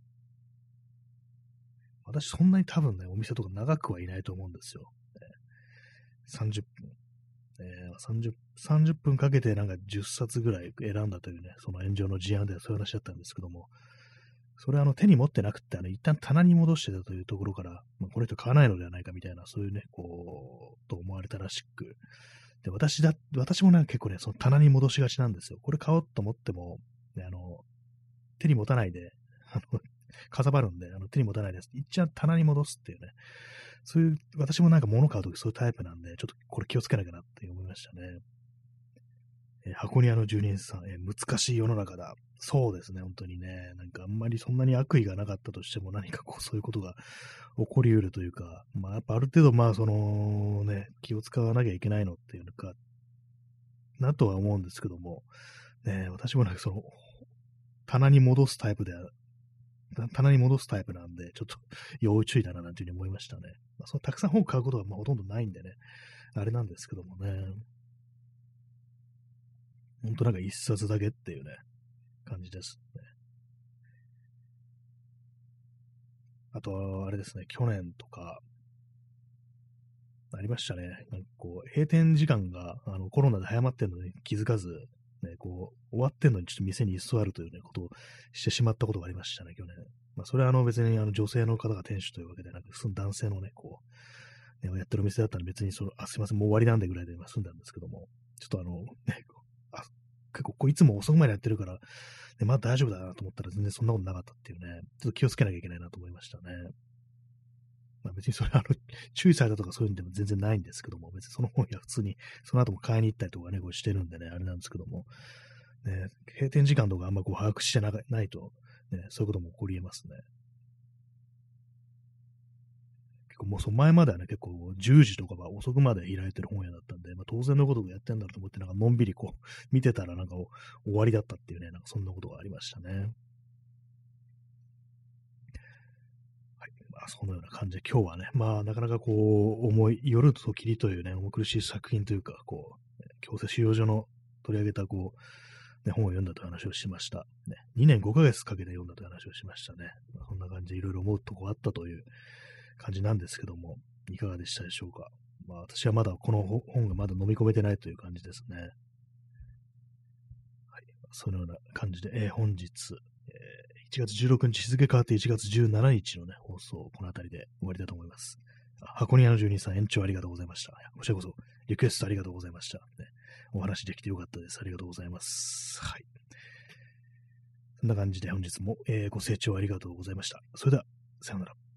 私そんなに多分ね、お店とか長くはいないと思うんですよ。えーさんじゅっぷん。えー、さんじゅう、さんじゅっぷんかけてなんかじゅっさつぐらい選んだというね、その炎上の事案ではそういう話だったんですけども、それはあの手に持ってなくって、あの一旦棚に戻してたというところから、まあ、この人買わないのではないかみたいな、そういうね、こう、と思われたらしく、で、私だ、私もなんか結構ね、その棚に戻しがちなんですよ。これ買おうと思っても、ね、あの、手に持たないで、あの、かさばるんで、あの手に持たないです。一旦棚に戻すっていうね、そういう、私もなんか物買うときそういうタイプなんで、ちょっとこれ気をつけなきゃなって思いましたね。えー箱庭の住人さん、えー難しい世の中だ。そうですね、本当にね。なんかあんまりそんなに悪意がなかったとしても、何かこう、そういうことが起こり得るというか、まあ、やっぱある程度、まあ、そのね、気を使わなきゃいけないのっていうのか、なとは思うんですけども、ね、私もなんかその、棚に戻すタイプでは、棚に戻すタイプなんで、ちょっと要注意だななんていうふうに思いましたね。まあ、そのたくさん本を買うことはまあほとんどないんでね、あれなんですけどもね、ほんとなんか一冊だけっていうね、感じですね。あとは、あれですね、去年とか、ありましたね。なんかこう、閉店時間があのコロナで早まってんのに気づかず、ね、こう、終わってんのにちょっと店に居座るというね、ことをしてしまったことがありましたね、去年。まあ、それはあの別にあの女性の方が店主というわけでなく、その男性のね、こう、ね、やってるお店だったら別にその、あ、すいません、もう終わりなんでぐらいで今済んだんですけども、ちょっとあの、ね、こうあ結構こういつも遅くまでやってるから、ね、まあ大丈夫だなと思ったら全然そんなことなかったっていうね、ちょっと気をつけなきゃいけないなと思いましたね。まあ、別にそれはあの、注意されたとかそういうんでも全然ないんですけども、別にその本や普通に、その後も買いに行ったりとかね、こうしてるんでね、あれなんですけども、ね、閉店時間とかあんまこう把握してなかないと、ね、そういうことも起こり得ますね。結構もうその前まではね、結構じゅうじとかは遅くまで開いてる本屋だったんで、まあ、当然のことをやってんだろうと思って、なんかのんびりこう、見てたらなんか終わりだったっていうね、なんかそんなことがありましたね。はい。まあ、そのような感じで、今日はね、まあ、なかなかこう、思い、夜と霧というね、重苦しい作品というか、こう、ね強制収容所の取り上げた、こう、ね、本を読んだという話をしました。ね、にねんごかげつかけて読んだという話をしましたね。まあ、そんな感じでいろいろ思うとこあったという感じなんですけども、いかがでしたでしょうか。まあ、私はまだこの本がまだ飲み込めてないという感じですね。はい。そのような感じで、えー本日、えーいちちがつじゅうろくにち、日付変わっていちがつじゅうしちにちのね、放送、この辺りで終わりだと思います。箱庭の住人さん、延長ありがとうございました。こちらこそ、リクエストありがとうございました。ね、お話できてよかったです。ありがとうございます。はい。そんな感じで本日も、えー、ご清聴ありがとうございました。それでは、さようなら。